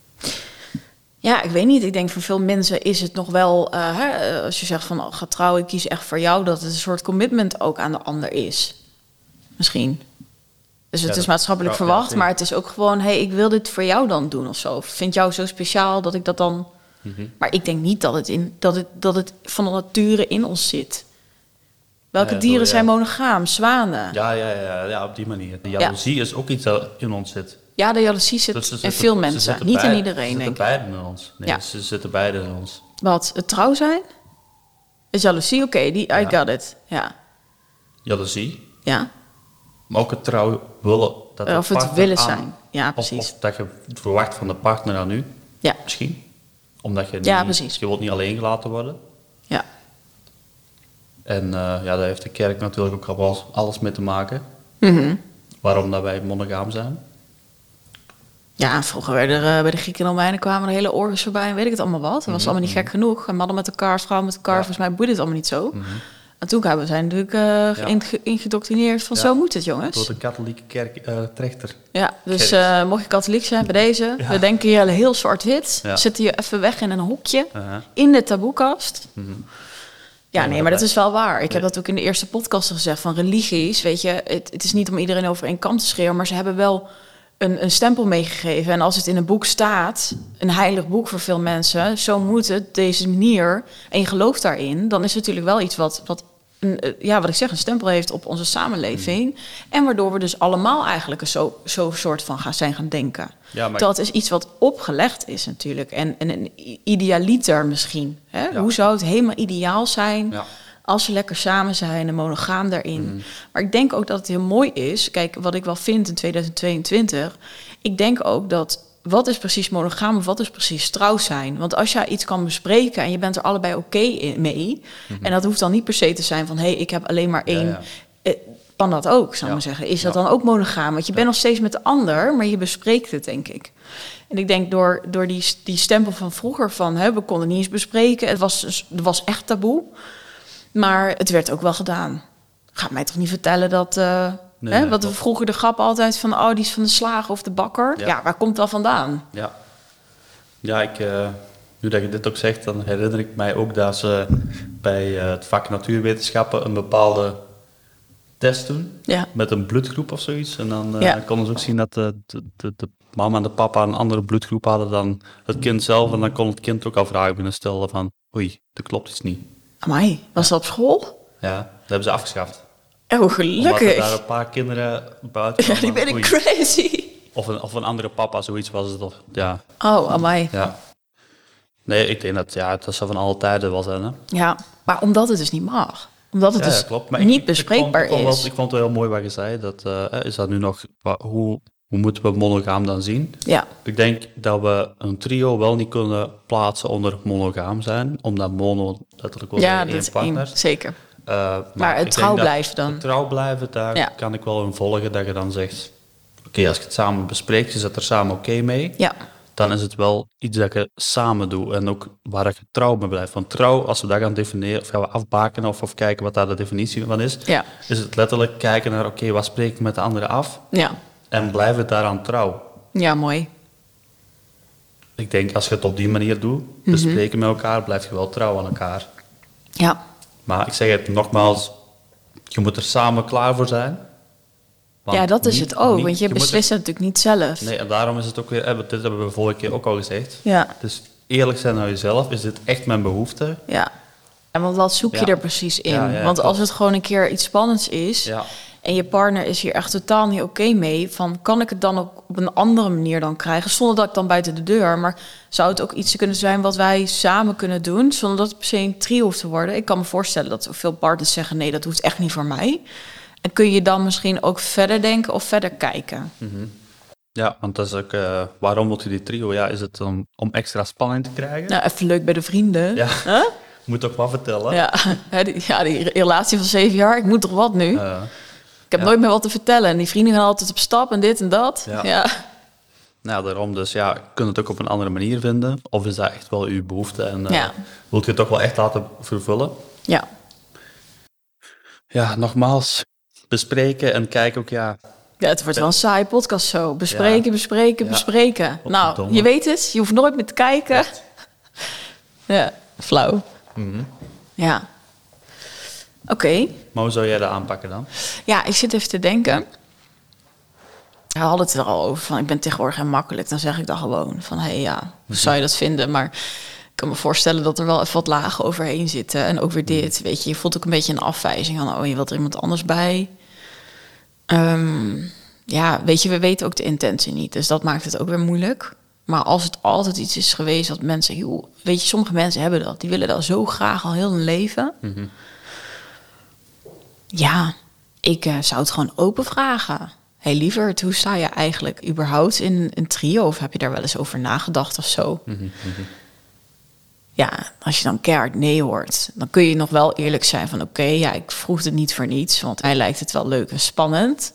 Ja, ik weet niet. Ik denk voor veel mensen is het nog wel... eh, hè, als je zegt van oh, ga trouwen, ik kies echt voor jou... dat het een soort commitment ook aan de ander is. Misschien. Dus het Ja, is dat- maatschappelijk ja, ja, verwacht... zeker. maar het is ook gewoon... hey, ik wil dit voor jou dan doen of zo. Of vind jou zo speciaal dat ik dat dan... Mhm. Maar ik denk niet dat het, in, dat het, dat het van de nature in ons zit. Welke Ja, dieren zo, ja. zijn monogaam? Zwanen. Ja, Ja, ja, ja, ja, op die manier. De jaloezie is ook iets dat in ons zit. de jaloezie zit Dus ze in zitten- veel ze mensen. zitten Niet in bij- iedereen, Ze denk zitten ik. beiden in ons. Nee, Ja. ze zitten beiden in ons. Wat? Het trouw zijn? Is jaloezie? Oké, die I Ja. got it. Ja. Jaloezie, Ja. maar ook het trouw willen. Dat de Of het partner willen aan- zijn. Ja, Of, precies. of dat je verwacht van de partner aan u, Ja. misschien. Omdat je niet, Ja, precies. je wilt niet alleen gelaten worden. Ja. En eh, ja, daar heeft de kerk natuurlijk ook al wel alles mee te maken. Mhm. Waarom dat wij monogaam zijn. Ja, vroeger werden er eh, bij de Grieken en Romeinen kwamen er hele orgies voorbij en weet ik het allemaal wat. Dat was allemaal niet gek genoeg. En mannen met elkaar, vrouwen met elkaar, Mhm, Ja. volgens mij boeide het allemaal niet zo. Mhm. En toen hebben we zijn natuurlijk eh, geïnge- ingedoctrineerd van Ja. zo moet het, Door jongens. de katholieke kerk eh, trechter. Ja, dus Kerk. eh, mocht je katholiek zijn bij deze, Ja. we denken je heel zwart-wit. Ja. Zet je even weg in een hoekje, Uh-huh. in de taboekast. Mhm. Ja, Ja, nee, maar maar dat dat- is wel waar. Ik heb Nee. dat ook in de eerste podcast gezegd van religies. Weet je, het, het is niet om iedereen over één kam te schreeuwen, maar ze hebben wel een, een stempel meegegeven. En als het in een boek staat, een heilig boek voor veel mensen, zo moet het, deze manier, en je gelooft daarin, dan is het natuurlijk wel iets wat, wat een, eh, ja, wat ik zeg, een stempel heeft op onze samenleving. Mm. En waardoor we dus allemaal eigenlijk een zo, zo soort van gaan zijn gaan denken. Ja, maar Dat is iets wat opgelegd is natuurlijk. En, en een i- idealiter misschien. Hè? Ja. Hoe zou het helemaal ideaal zijn Ja. als ze lekker samen zijn en monogaam daarin. Mhm. Maar ik denk ook dat het heel mooi is. Kijk, wat ik wel vind in tweeduizend tweeëntwintig. Ik denk ook dat wat is precies monogaam of wat is precies trouw zijn? Want als jij iets kan bespreken en je bent er allebei oké in- mee. En dat hoeft dan niet per se te zijn van hé, hey, ik heb alleen maar één. ja. eh, Kan dat ook, zou ik Ja. maar zeggen. Is dat Ja. dan ook monogaam? Want je bent nog steeds met de ander, maar je bespreekt het, denk ik. En ik denk door, door die, die stempel van vroeger van... Hè, we konden niet eens bespreken, het was, dus- het was echt taboe. Maar het werd ook wel gedaan. Ga mij toch niet vertellen dat... eh Nee, hè, nee, wat we klopt. vroeger de grap altijd van... oh, die is van de slager of de bakker. Ja. Ja, waar komt dat vandaan? Ja, ja ik, eh, nu dat je dit ook zegt, dan herinner ik mij ook dat ze bij eh, het vak natuurwetenschappen een bepaalde test doen. Ja, Met een bloedgroep of zoiets. En dan eh, Ja. konden ze ook zien dat de, de, de, de mama en de papa een andere bloedgroep hadden dan het kind zelf. En dan kon het kind ook al vragen kunnen stellen van, oei, dat klopt iets niet. amai, was dat op school? Ja, dat hebben ze afgeschaft. Oh, Omdat er gelukkig. daar een paar kinderen buiten Ja, die kwamen ben ik van, oei. crazy. Of een, of een andere papa, zoiets was het. Of, ja, Oh, amai. ja. Nee, ik denk dat ja, dat zou van alle tijden wel zijn. Hè? Ja, maar omdat het dus niet mag. Omdat het Ja, dus ja, klopt. Maar ik- niet ik bespreekbaar vond, ik vond is. Wel, ik vond het wel heel mooi wat je zei. Dat, eh, is dat nu nog, wa- hoe, hoe moeten we monogaam dan zien? Ja, Ik denk dat we een trio wel niet kunnen plaatsen onder monogaam zijn. Omdat mono letterlijk wel ja één dat is partner. één, zeker. Eh, maar Maar ik het denk trouw dat blijven dan. het trouw blijven, daar Ja. kan ik wel in volgen. Dat je dan zegt, oké, als je het samen bespreekt, je zit er samen oké mee. Ja, Dan is het wel iets dat je samen doet en ook waar je trouw mee blijft. Want trouw, als we dat gaan definiëren, of gaan we afbakenen of, of kijken wat daar de definitie van is, ja, is het letterlijk kijken naar, oké, wat spreek ik met de andere af ja. en blijf het daaraan trouw. Ja, mooi. Ik denk, als je het op die manier doet, bespreken met elkaar, blijf je wel trouw aan elkaar. Ja, Maar ik zeg het nogmaals, je moet er samen klaar voor zijn. Want ja dat is niet- het ook. niet- Want je moet beslist het natuurlijk niet zelf. er- nee, en daarom is het ook weer, eh, dit hebben we vorige keer ook al gezegd. Ja, Dus eerlijk zijn naar jezelf, is dit echt mijn behoefte? ja. En want wat zoek je Ja. er precies in? Ja, ja, want als klopt. het gewoon een keer iets spannends is... Ja. en je partner is hier echt totaal niet oké mee... van kan ik het dan ook op een andere manier dan krijgen... zonder dat ik dan buiten de deur... maar zou het ook iets kunnen zijn wat wij samen kunnen doen... zonder dat het per se een trio hoeft te worden? Ik kan me voorstellen dat veel partners zeggen... nee, dat hoeft echt niet voor mij. En kun je dan misschien ook verder denken of verder kijken? Mhm. Ja, want dat is ook... Uh, waarom wil je die trio? Ja, is het om, om extra spanning te krijgen? Nou, even leuk bij de vrienden. Ja, huh? moet toch wat vertellen? Ja, die, ja, die relatie van zeven jaar, ik moet toch wat nu? Uh, ik heb ja. nooit meer wat te vertellen. En die vrienden gaan altijd op stap en dit en dat. Ja. ja. Nou, daarom dus, ja, je kunt het ook op een andere manier vinden. Of is dat echt wel uw behoefte en uh, ja. wilt je het toch wel echt laten vervullen? Ja. Ja, nogmaals, bespreken en kijken ook, ja... Ja, het wordt wel een saaie podcast zo. Bespreken, ja. bespreken, ja. bespreken. Nou, domme. Je weet het, je hoeft nooit meer te kijken. Ja, ja flauw. Mm-hmm. Ja. Oké. Okay. Maar hoe zou jij dat aanpakken dan? Ja, ik zit even te denken... We hadden het er al over, van ik ben tegenwoordig heel makkelijk. Dan zeg ik dan gewoon van, hé hey, ja, hoe zou je dat vinden? Maar ik kan me voorstellen dat er wel even wat lagen overheen zitten. En ook weer dit, weet je. Je voelt ook een beetje een afwijzing van, oh, je wilt er iemand anders bij. Um, ja, weet je, we weten ook de intentie niet. Dus dat maakt het ook weer moeilijk. Maar als het altijd iets is geweest dat mensen... Joh, weet je, sommige mensen hebben dat. Die willen dat zo graag al heel hun leven. Mm-hmm. Ja, ik uh, zou het gewoon open vragen. Hey lieverd, hoe sta je eigenlijk überhaupt in een trio? Of heb je daar wel eens over nagedacht of zo? Mm-hmm. Ja, als je dan keihard nee hoort... dan kun je nog wel eerlijk zijn van... oké, okay, ja, ik vroeg het niet voor niets... want hij lijkt het wel leuk en spannend.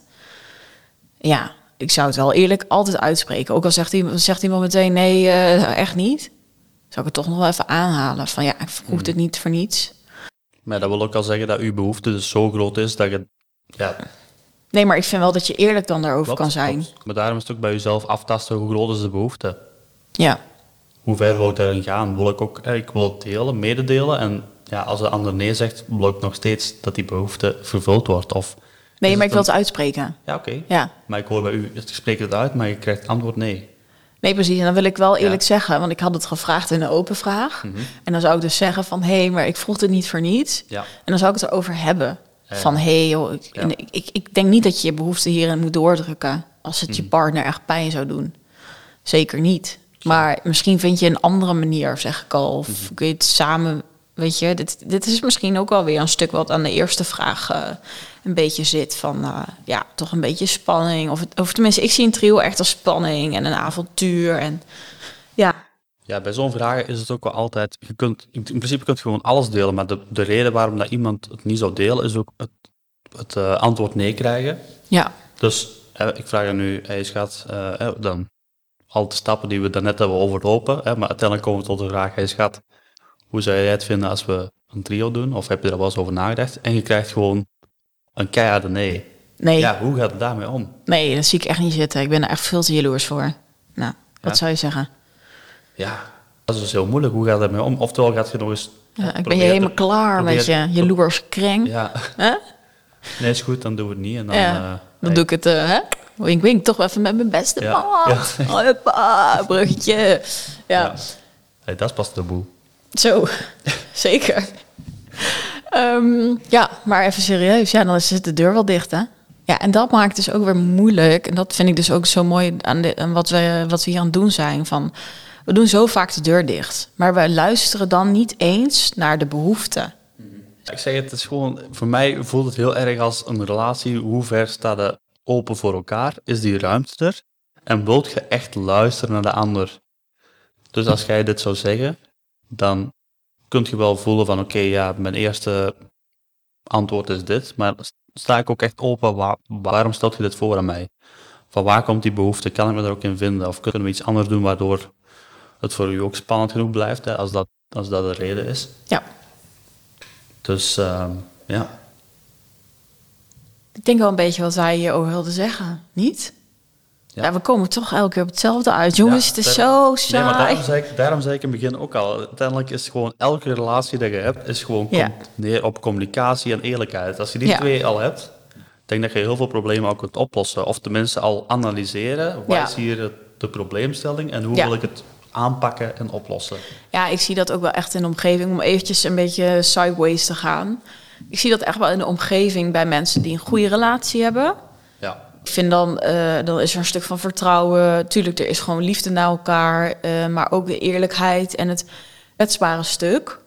Ja, ik zou het wel eerlijk altijd uitspreken. Ook al zegt iemand, zegt iemand meteen nee, uh, echt niet... zou ik het toch nog wel even aanhalen. Van ja, ik vroeg mm-hmm. het niet voor niets. Maar dat wil ook al zeggen dat uw behoefte dus zo groot is... dat je... Ja, nee, maar ik vind wel dat je eerlijk dan daarover klopt, kan zijn. Klopt. Maar daarom is het ook bij jezelf aftasten hoe groot is de behoefte. Ja. Hoe ver wil ik daarin gaan? Wil ik ook, eh, ik wil het delen, mededelen. En ja, als de ander nee zegt, wil ik nog steeds dat die behoefte vervuld wordt. Of nee, maar ik wil het uitspreken. Ja, oké. Okay. Ja. Maar ik hoor bij u, ik spreek het uit, maar je krijgt antwoord nee. Nee, precies. En dan wil ik wel eerlijk ja. zeggen, want ik had het gevraagd in een open vraag. Mm-hmm. En dan zou ik dus zeggen van, hé, hey, maar ik vroeg het niet voor niets. Ja. En dan zou ik het erover hebben. Ja. Van, hé, hey, joh, ik, ja. ik, ik, ik denk niet dat je je behoefte hierin moet doordrukken... als het mm-hmm. je partner echt pijn zou doen. Zeker niet. Maar misschien vind je een andere manier, zeg ik al. Of mm-hmm. kun je het samen, weet je... Dit, dit is misschien ook wel weer een stuk wat aan de eerste vraag uh, een beetje zit. Van, uh, ja, toch een beetje spanning. Of, het, of tenminste, ik zie een trio echt als spanning en een avontuur. En ja... Ja, bij zo'n vragen is het ook wel altijd... Je kunt, in principe kun je gewoon alles delen, maar de, de reden waarom dat iemand het niet zou delen... is ook het, het uh, antwoord nee krijgen. Ja. Dus uh, ik vraag je nu, hey schat, uh, dan al de stappen die we daarnet hebben overlopen... Uh, maar uiteindelijk komen we tot de vraag, hey schat, hoe zou jij het vinden als we een trio doen? Of heb je daar wel eens over nagedacht? En je krijgt gewoon een keiharde nee. Nee. Ja, hoe gaat het daarmee om? Nee, dat zie ik echt niet zitten. Ik ben er echt veel te jaloers voor. Nou, wat ja? zou je zeggen? Ja, dat is dus heel moeilijk. Hoe gaat het ermee om? Oftewel gaat je nog eens... Ja, ik ben je helemaal te, klaar met je jaloers kreng. Ja. Huh? Nee, is goed, dan doen we het niet. En dan ja, uh, dan hey. doe ik het, uh, hè? Wink, wink, toch even met mijn beste ja. man. Ja. Hoppa, bruggetje. Ja. ja. Hey, dat is pas de boel. Zo, zeker. um, ja, maar even serieus. Ja, dan zit de deur wel dicht, hè? Ja, en dat maakt dus ook weer moeilijk. En dat vind ik dus ook zo mooi aan, de, aan wat, we, wat we hier aan het doen zijn. Van, we doen zo vaak de deur dicht. Maar we luisteren dan niet eens naar de behoeften. Ik zeg het, het is gewoon... Voor mij voelt het heel erg als een relatie. Hoe ver staat het open voor elkaar? Is die ruimte er? En wilt je echt luisteren naar de ander? Dus als jij dit zou zeggen, dan kun je wel voelen van... Oké, okay, ja, mijn eerste antwoord is dit. Maar sta ik ook echt open, waar, waarom stelt je dit voor aan mij? Van waar komt die behoefte? Kan ik me daar ook in vinden? Of kunnen we iets anders doen waardoor het voor u ook spannend genoeg blijft, hè, als, dat, als dat de reden is? Ja. Dus, uh, ja. Ik denk wel een beetje wat zij hierover wilde zeggen, niet? Ja. ja, we komen toch elke keer op hetzelfde uit. Jongens, ja, het is daarom, zo saai. Nee, maar daarom zei, ik, daarom zei ik in het begin ook al. Uiteindelijk is gewoon elke relatie die je hebt, is gewoon ja. com- neer op communicatie en eerlijkheid. Als je die ja. twee al hebt, denk dat je heel veel problemen ook kunt oplossen. Of tenminste al analyseren. Wat ja. is hier de, de probleemstelling en hoe ja. wil ik het aanpakken en oplossen? Ja, ik zie dat ook wel echt in de omgeving. Om eventjes een beetje sideways te gaan. Ik zie dat echt wel in de omgeving bij mensen die een goede relatie hebben. Ja. Ik vind dan, uh, dan is er een stuk van vertrouwen. Tuurlijk, er is gewoon liefde naar elkaar. Uh, maar ook de eerlijkheid en het kwetsbare stuk.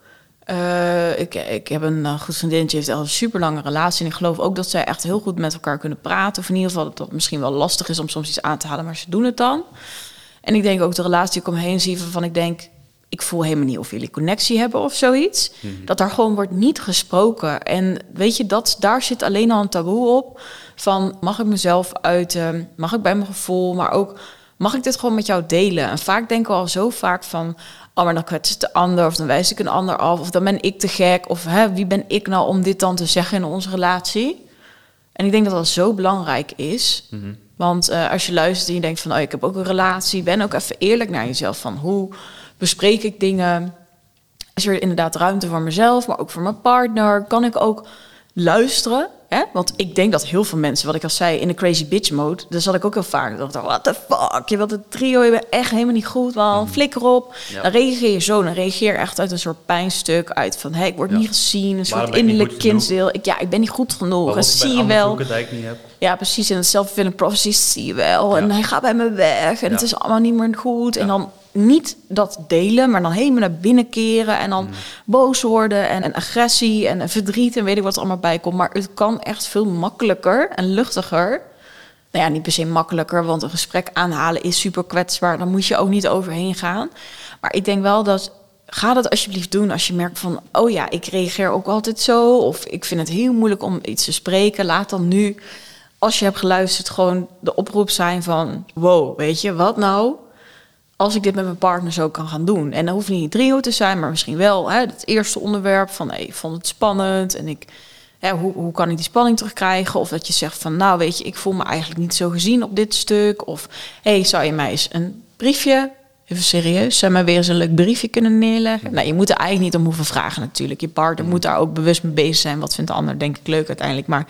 Uh, ik, ik heb een uh, goed vriendinnetje, heeft al een super lange relatie. En ik geloof ook dat zij echt heel goed met elkaar kunnen praten. Of in ieder geval dat het misschien wel lastig is om soms iets aan te halen, maar ze doen het dan. En ik denk ook de relatie die ik omheen zie waarvan ik denk, ik voel helemaal niet of jullie connectie hebben of zoiets. Mm-hmm. Dat daar gewoon wordt niet gesproken. En weet je, dat, daar zit alleen al een taboe op. Van, mag ik mezelf uiten? Mag ik bij mijn gevoel? Maar ook, mag ik dit gewoon met jou delen? En vaak denken we al zo vaak van, oh, maar dan kwets het de ander, of dan wijs ik een ander af, of dan ben ik te gek, of hè, wie ben ik nou om dit dan te zeggen in onze relatie? En ik denk dat dat zo belangrijk is. Mm-hmm. Want uh, als je luistert en je denkt van, oh, ik heb ook een relatie, ben ook even eerlijk naar jezelf van, hoe bespreek ik dingen? Is er inderdaad ruimte voor mezelf, maar ook voor mijn partner? Kan ik ook luisteren? Hè? Want ik denk dat heel veel mensen, wat ik al zei, in de crazy bitch mode, daar zat ik ook heel vaak. Ik dacht, what the fuck, je wilt het trio, je bent echt helemaal niet goed, man, mm-hmm. flikker op. Ja. Dan reageer je zo, dan reageer je echt uit een soort pijnstuk, uit van, hey, ik word ja. niet gezien, een soort innerlijk kindsdeel. Ik, ja, ik ben niet goed genoeg, dat zie je wel. Dat ik niet heb. Ja, precies, in het self-fulfilling prophecy zie je wel. Ja. En hij gaat bij me weg en ja. het is allemaal niet meer goed. Ja. En dan niet dat delen, maar dan helemaal naar binnen keren en dan mm. boos worden en, en agressie en, en verdriet en weet ik wat er allemaal bij komt. Maar het kan echt veel makkelijker en luchtiger. Nou ja, niet per se makkelijker, want een gesprek aanhalen is super kwetsbaar. Dan moet je ook niet overheen gaan. Maar ik denk wel dat, ga dat alsjeblieft doen als je merkt van, oh ja, ik reageer ook altijd zo. Of ik vind het heel moeilijk om iets te spreken. Laat dan nu, als je hebt geluisterd, gewoon de oproep zijn van, wow, weet je, wat nou? Als ik dit met mijn partner zo kan gaan doen. En dan hoeft niet een trio te zijn, maar misschien wel hè, het eerste onderwerp van, hey, ik vond het spannend en ik, hè, hoe, hoe kan ik die spanning terugkrijgen? Of dat je zegt van, nou weet je, ik voel me eigenlijk niet zo gezien op dit stuk. Of, hey, zou je mij eens een briefje, even serieus, zou je mij weer eens een leuk briefje kunnen neerleggen? Nou, je moet er eigenlijk niet om hoeven vragen natuurlijk. Je partner moet daar ook bewust mee bezig zijn. Wat vindt de ander denk ik leuk uiteindelijk. Maar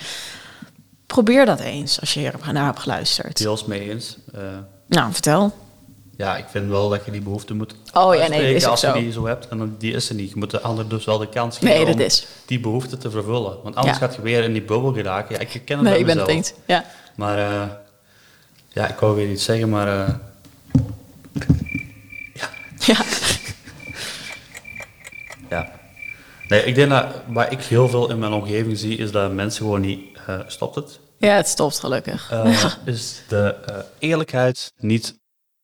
probeer dat eens als je hier naar hebt geluisterd. Deels mee eens. Uh... Nou, vertel. Ja, ik vind wel dat je die behoefte moet oh, ja, nee, is als je zo. die zo hebt. En dan, die is er niet. Je moet de ander dus wel de kans geven nee, dat om is. die behoefte te vervullen. Want anders ja. gaat je weer in die bubbel geraken. Ja, ik ken het nee, bij ik mezelf. ben het eens. Ja. Maar uh, ja, ik wou weer iets zeggen, maar... Uh, ja. Ja. ja. Nee, ik denk dat waar ik heel veel in mijn omgeving zie, is dat mensen gewoon niet... Uh, stopt het? Ja, het stopt gelukkig. Uh, ja. Is de uh, eerlijkheid niet...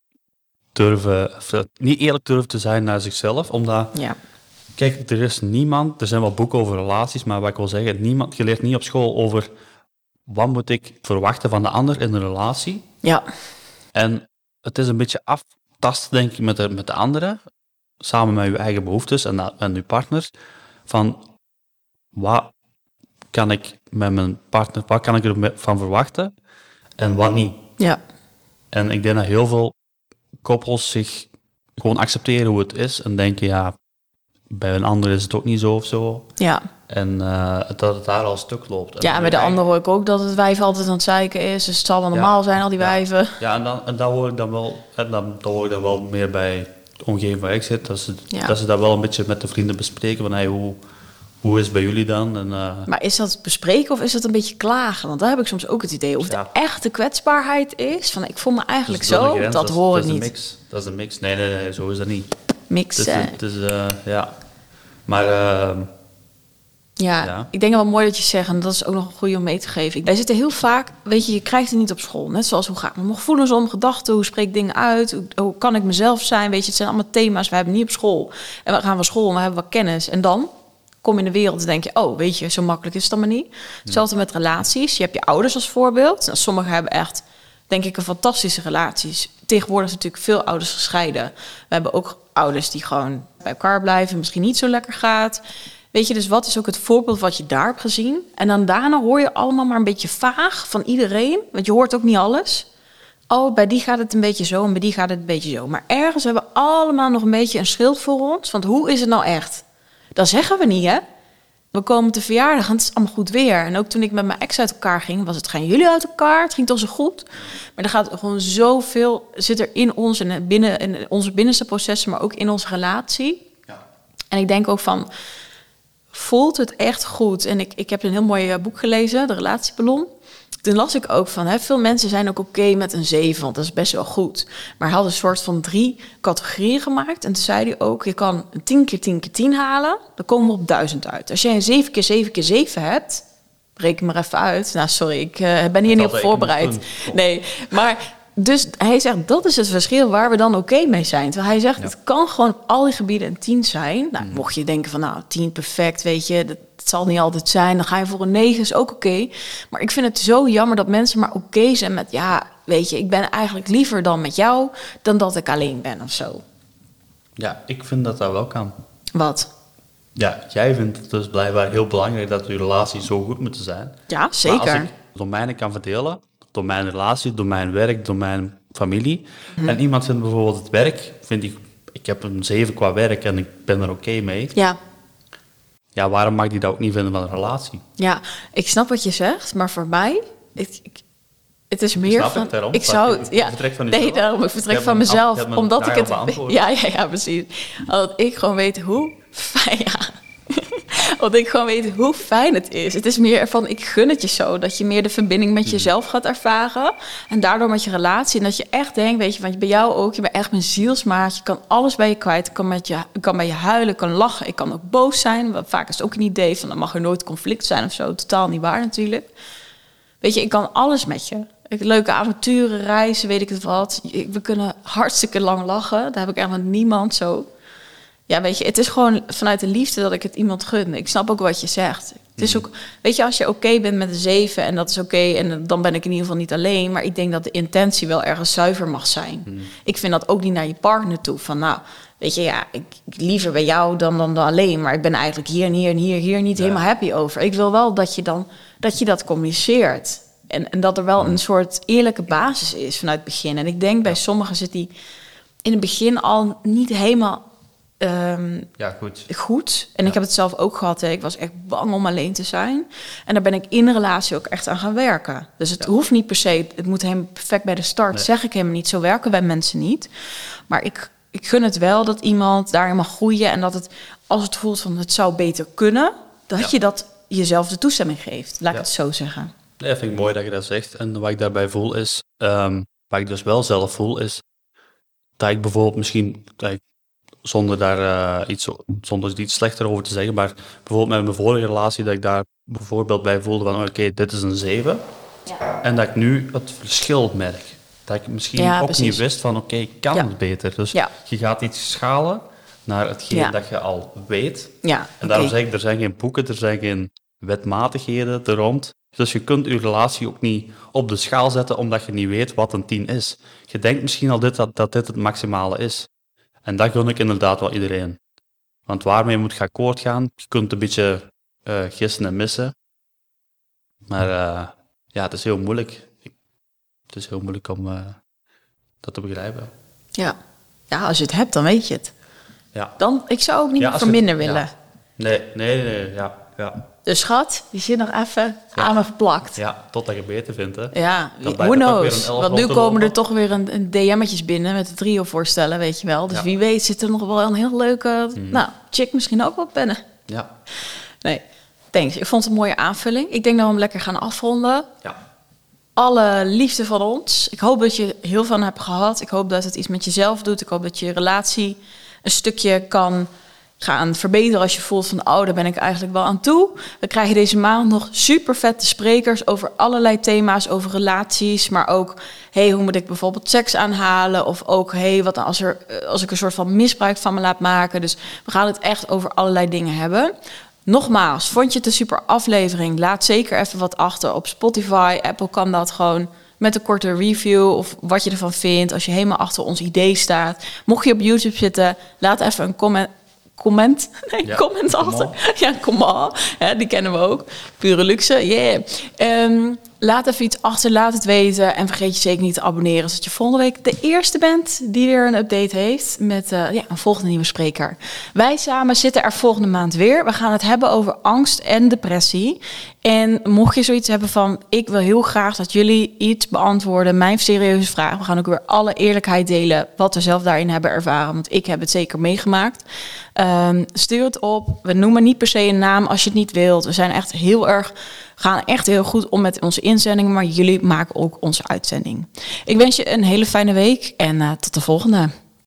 durven, niet eerlijk durven te zijn naar zichzelf, omdat, ja. kijk, er is niemand, er zijn wel boeken over relaties, maar wat ik wil zeggen, niemand, je leert niet op school over wat moet ik verwachten van de ander in een relatie. Ja. En het is een beetje aftasten, denk ik, met de, met de anderen, samen met je eigen behoeftes en, en je partner, van wat kan ik met mijn partner, wat kan ik ervan verwachten en wat niet. Ja. En ik denk dat heel veel koppels zich gewoon accepteren hoe het is en denken, ja, bij een ander is het ook niet zo of zo. Ja. En uh, dat het daar al stuk loopt. En ja, en bij de eigen... ander hoor ik ook dat het wijf altijd aan het zeiken is, dus het zal wel normaal ja. zijn, al die ja. wijven. Ja, en dan, en dan hoor ik dan wel, en dan, dan hoor ik dan wel meer bij de omgeving waar ik zit, dat ze, ja. dat ze dat wel een beetje met de vrienden bespreken, van hey, hoe, hoe is het bij jullie dan? En, uh... Maar is dat bespreken of is dat een beetje klagen? Want daar heb ik soms ook het idee. Of ja. de echte kwetsbaarheid is. Van ik voel me eigenlijk dus zo. Grens, dat, dat hoor ik niet. Mix. Dat is een mix. Nee, nee, nee, zo is dat niet. Mixen. Het is, het is, uh, ja. Maar... Uh, ja, ja, ik denk wel mooi dat je zegt, en dat is ook nog een goede om mee te geven. Wij zitten heel vaak, weet je, je krijgt het niet op school. Net zoals hoe ga ik met mijn gevoelens om, gedachten, hoe spreek ik dingen uit, hoe, hoe kan ik mezelf zijn, weet je, het zijn allemaal thema's, we hebben niet op school. En we gaan van school en we hebben wat kennis. En dan kom je in de wereld en denk je, oh, weet je, zo makkelijk is het dan maar niet. Hetzelfde met relaties. Je hebt je ouders als voorbeeld. Nou, sommigen hebben echt, denk ik, een fantastische relaties. Tegenwoordig is natuurlijk veel ouders gescheiden. We hebben ook ouders die gewoon bij elkaar blijven, misschien niet zo lekker gaat. Weet je, dus wat is ook het voorbeeld wat je daar hebt gezien? En dan daarna hoor je allemaal maar een beetje vaag van iedereen. Want je hoort ook niet alles. Oh, bij die gaat het een beetje zo en bij die gaat het een beetje zo. Maar ergens hebben we allemaal nog een beetje een schild voor ons. Want hoe is het nou echt? Dat zeggen we niet, hè? We komen te verjaardag en het is allemaal goed weer. En ook toen ik met mijn ex uit elkaar ging, was het, gaan jullie uit elkaar? Het ging toch zo goed? Maar er gaat gewoon zoveel, zit er in ons en binnen in onze binnenste processen, maar ook in onze relatie. Ja. En ik denk ook van, voelt het echt goed? En ik, ik heb een heel mooi boek gelezen, De Relatieballon. toen las ik ook van, hè, veel mensen zijn ook oké okay met een zeven, want dat is best wel goed. Maar hij had een soort van drie categorieën gemaakt. En toen zei hij ook, je kan een tien keer tien keer tien halen, dan komen we op duizend uit. Als jij een zeven keer zeven keer zeven hebt, reken maar even uit. Nou, sorry, ik uh, ben hier niet op voorbereid. Nee, maar dus hij zegt, dat is het verschil waar we dan oké okay mee zijn. Terwijl hij zegt, ja. het kan gewoon op al die gebieden een tien zijn. Nou, mm. mocht je denken van, nou, tien perfect, weet je, dat, dat zal niet altijd zijn. Dan ga je voor een negen, is ook oké. Okay. Maar ik vind het zo jammer dat mensen maar oké okay zijn met, ja, weet je, ik ben eigenlijk liever dan met jou dan dat ik alleen ben of zo. Ja, ik vind dat dat wel kan. Wat? Ja, jij vindt het dus blijkbaar heel belangrijk dat je relatie zo goed moet zijn. Ja, zeker. Maar als ik domeinen kan verdelen, door mijn relatie, door mijn werk, door mijn familie. Hmm. En iemand vindt bijvoorbeeld het werk, vind ik, ik heb een zeven qua werk en ik ben er oké okay mee. Ja. Ja, waarom mag die dat ook niet vinden van een relatie? Ja, ik snap wat je zegt, maar voor mij, ik, ik, het is meer snap van, ik, daarom, ik zou het, ja, vertrek van nee, daarom, ik vertrek van mezelf, af, omdat ik het, ja, ja, ja, precies, omdat ik gewoon weet hoe fijn, ja. Want ik gewoon weet hoe fijn het is. Het is meer van, ik gun het je zo. Dat je meer de verbinding met jezelf gaat ervaren. En daardoor met je relatie. En dat je echt denkt, weet je, want bij jou ook. Je bent echt mijn zielsmaat. Je kan alles bij je kwijt. Ik kan, met je, ik kan bij je huilen, ik kan lachen. Ik kan ook boos zijn. Want vaak is het ook een idee van, dan mag er nooit conflict zijn of zo. Totaal niet waar natuurlijk. Weet je, ik kan alles met je. Leuke avonturen, reizen, weet ik het wat. We kunnen hartstikke lang lachen. Daar heb ik echt met niemand zo. Ja, weet je, het is gewoon vanuit de liefde dat ik het iemand gun. Ik snap ook wat je zegt. Het is ook, weet je, als je oké okay bent met een zeven en dat is oké, okay, en dan ben ik in ieder geval niet alleen. Maar ik denk dat de intentie wel ergens zuiver mag zijn. Mm. Ik vind dat ook niet naar je partner toe. Van nou, weet je, ja, ik, ik liever bij jou dan, dan, dan alleen. Maar ik ben eigenlijk hier en hier en hier, hier niet ja. helemaal happy over. Ik wil wel dat je dan dat je dat communiceert. En, en dat er wel mm. een soort eerlijke basis is vanuit het begin. En ik denk bij sommigen zit die in het begin al niet helemaal Um, ja, goed. goed. En ja. ik heb het zelf ook gehad. Hè. Ik was echt bang om alleen te zijn. En daar ben ik in de relatie ook echt aan gaan werken. Dus het ja. hoeft niet per se, het moet helemaal perfect bij de start. Nee. Zeg ik helemaal niet. Zo werken wij mensen niet. Maar ik, ik gun het wel dat iemand daarin mag groeien. En dat het, als het voelt van het zou beter kunnen, dat ja. je dat jezelf de toestemming geeft. Laat ik ja. het zo zeggen. Ja, dat vind ik mooi dat je dat zegt. En wat ik daarbij voel is, um, wat ik dus wel zelf voel, is dat ik bijvoorbeeld misschien, dat ik, zonder daar uh, iets, zonder iets slechter over te zeggen, maar bijvoorbeeld met mijn vorige relatie, dat ik daar bijvoorbeeld bij voelde van, oké, okay, dit is een zeven. Ja. En dat ik nu het verschil merk. Dat ik misschien ja, ook precies. niet wist van, oké, okay, kan ja. het beter. Dus ja. je gaat iets schalen naar hetgeen ja. dat je al weet. Ja, en okay. daarom zeg ik, er zijn geen boeken, er zijn geen wetmatigheden er rond. Dus je kunt je relatie ook niet op de schaal zetten, omdat je niet weet wat een tien is. Je denkt misschien al dit, dat, dat dit het maximale is. En dat gun ik inderdaad wel iedereen. Want waarmee moet je akkoord gaan? Je kunt een beetje uh, gissen en missen. Maar uh, ja, het is heel moeilijk. Het is heel moeilijk om uh, dat te begrijpen. Ja. ja, als je het hebt, dan weet je het. Ja. Dan, ik zou ook niet ja, meer voor minder willen. Ja. Nee, nee, nee, ja. ja. Dus schat, die zit nog even ja. aan me verplakt. Ja, totdat je beter vindt, hè. Ja, who knows. Want nu komen er toch weer een, een D M'tjes binnen met de trio voorstellen, weet je wel. Dus ja. wie weet zit er nog wel een heel leuke, mm. nou, chick misschien ook wel binnen. Ja. Nee, thanks. Ik vond het een mooie aanvulling. Ik denk dat we hem lekker gaan afronden. Ja. Alle liefde van ons. Ik hoop dat je heel veel hebt gehad. Ik hoop dat het iets met jezelf doet. Ik hoop dat je relatie een stukje kan gaan verbeteren als je voelt van, oh, daar ben ik eigenlijk wel aan toe. We krijgen deze maand nog super vette sprekers over allerlei thema's, over relaties, maar ook, hey, hoe moet ik bijvoorbeeld seks aanhalen? Of ook, hey, wat als, er, als ik een soort van misbruik van me laat maken? Dus we gaan het echt over allerlei dingen hebben. Nogmaals, vond je het een super aflevering? Laat zeker even wat achter op Spotify. Apple kan dat gewoon met een korte review of wat je ervan vindt. Als je helemaal achter ons idee staat. Mocht je op YouTube zitten, laat even een comment. Comment? Nee, ja, comment achter. Ja, kom maar. Ja, die kennen we ook. Pure luxe, yeah. Um, laat even iets achter, laat het weten. En vergeet je zeker niet te abonneren, zodat je volgende week de eerste bent die weer een update heeft met uh, ja, een volgende nieuwe spreker. Wij samen zitten er volgende maand weer. We gaan het hebben over angst en depressie. En mocht je zoiets hebben van, ik wil heel graag dat jullie iets beantwoorden, mijn serieuze vraag. We gaan ook weer alle eerlijkheid delen wat we zelf daarin hebben ervaren, want ik heb het zeker meegemaakt. Um, stuur het op. We noemen niet per se een naam als je het niet wilt. We zijn echt heel erg, gaan echt heel goed om met onze inzendingen, maar jullie maken ook onze uitzending. Ik wens je een hele fijne week en uh, tot de volgende.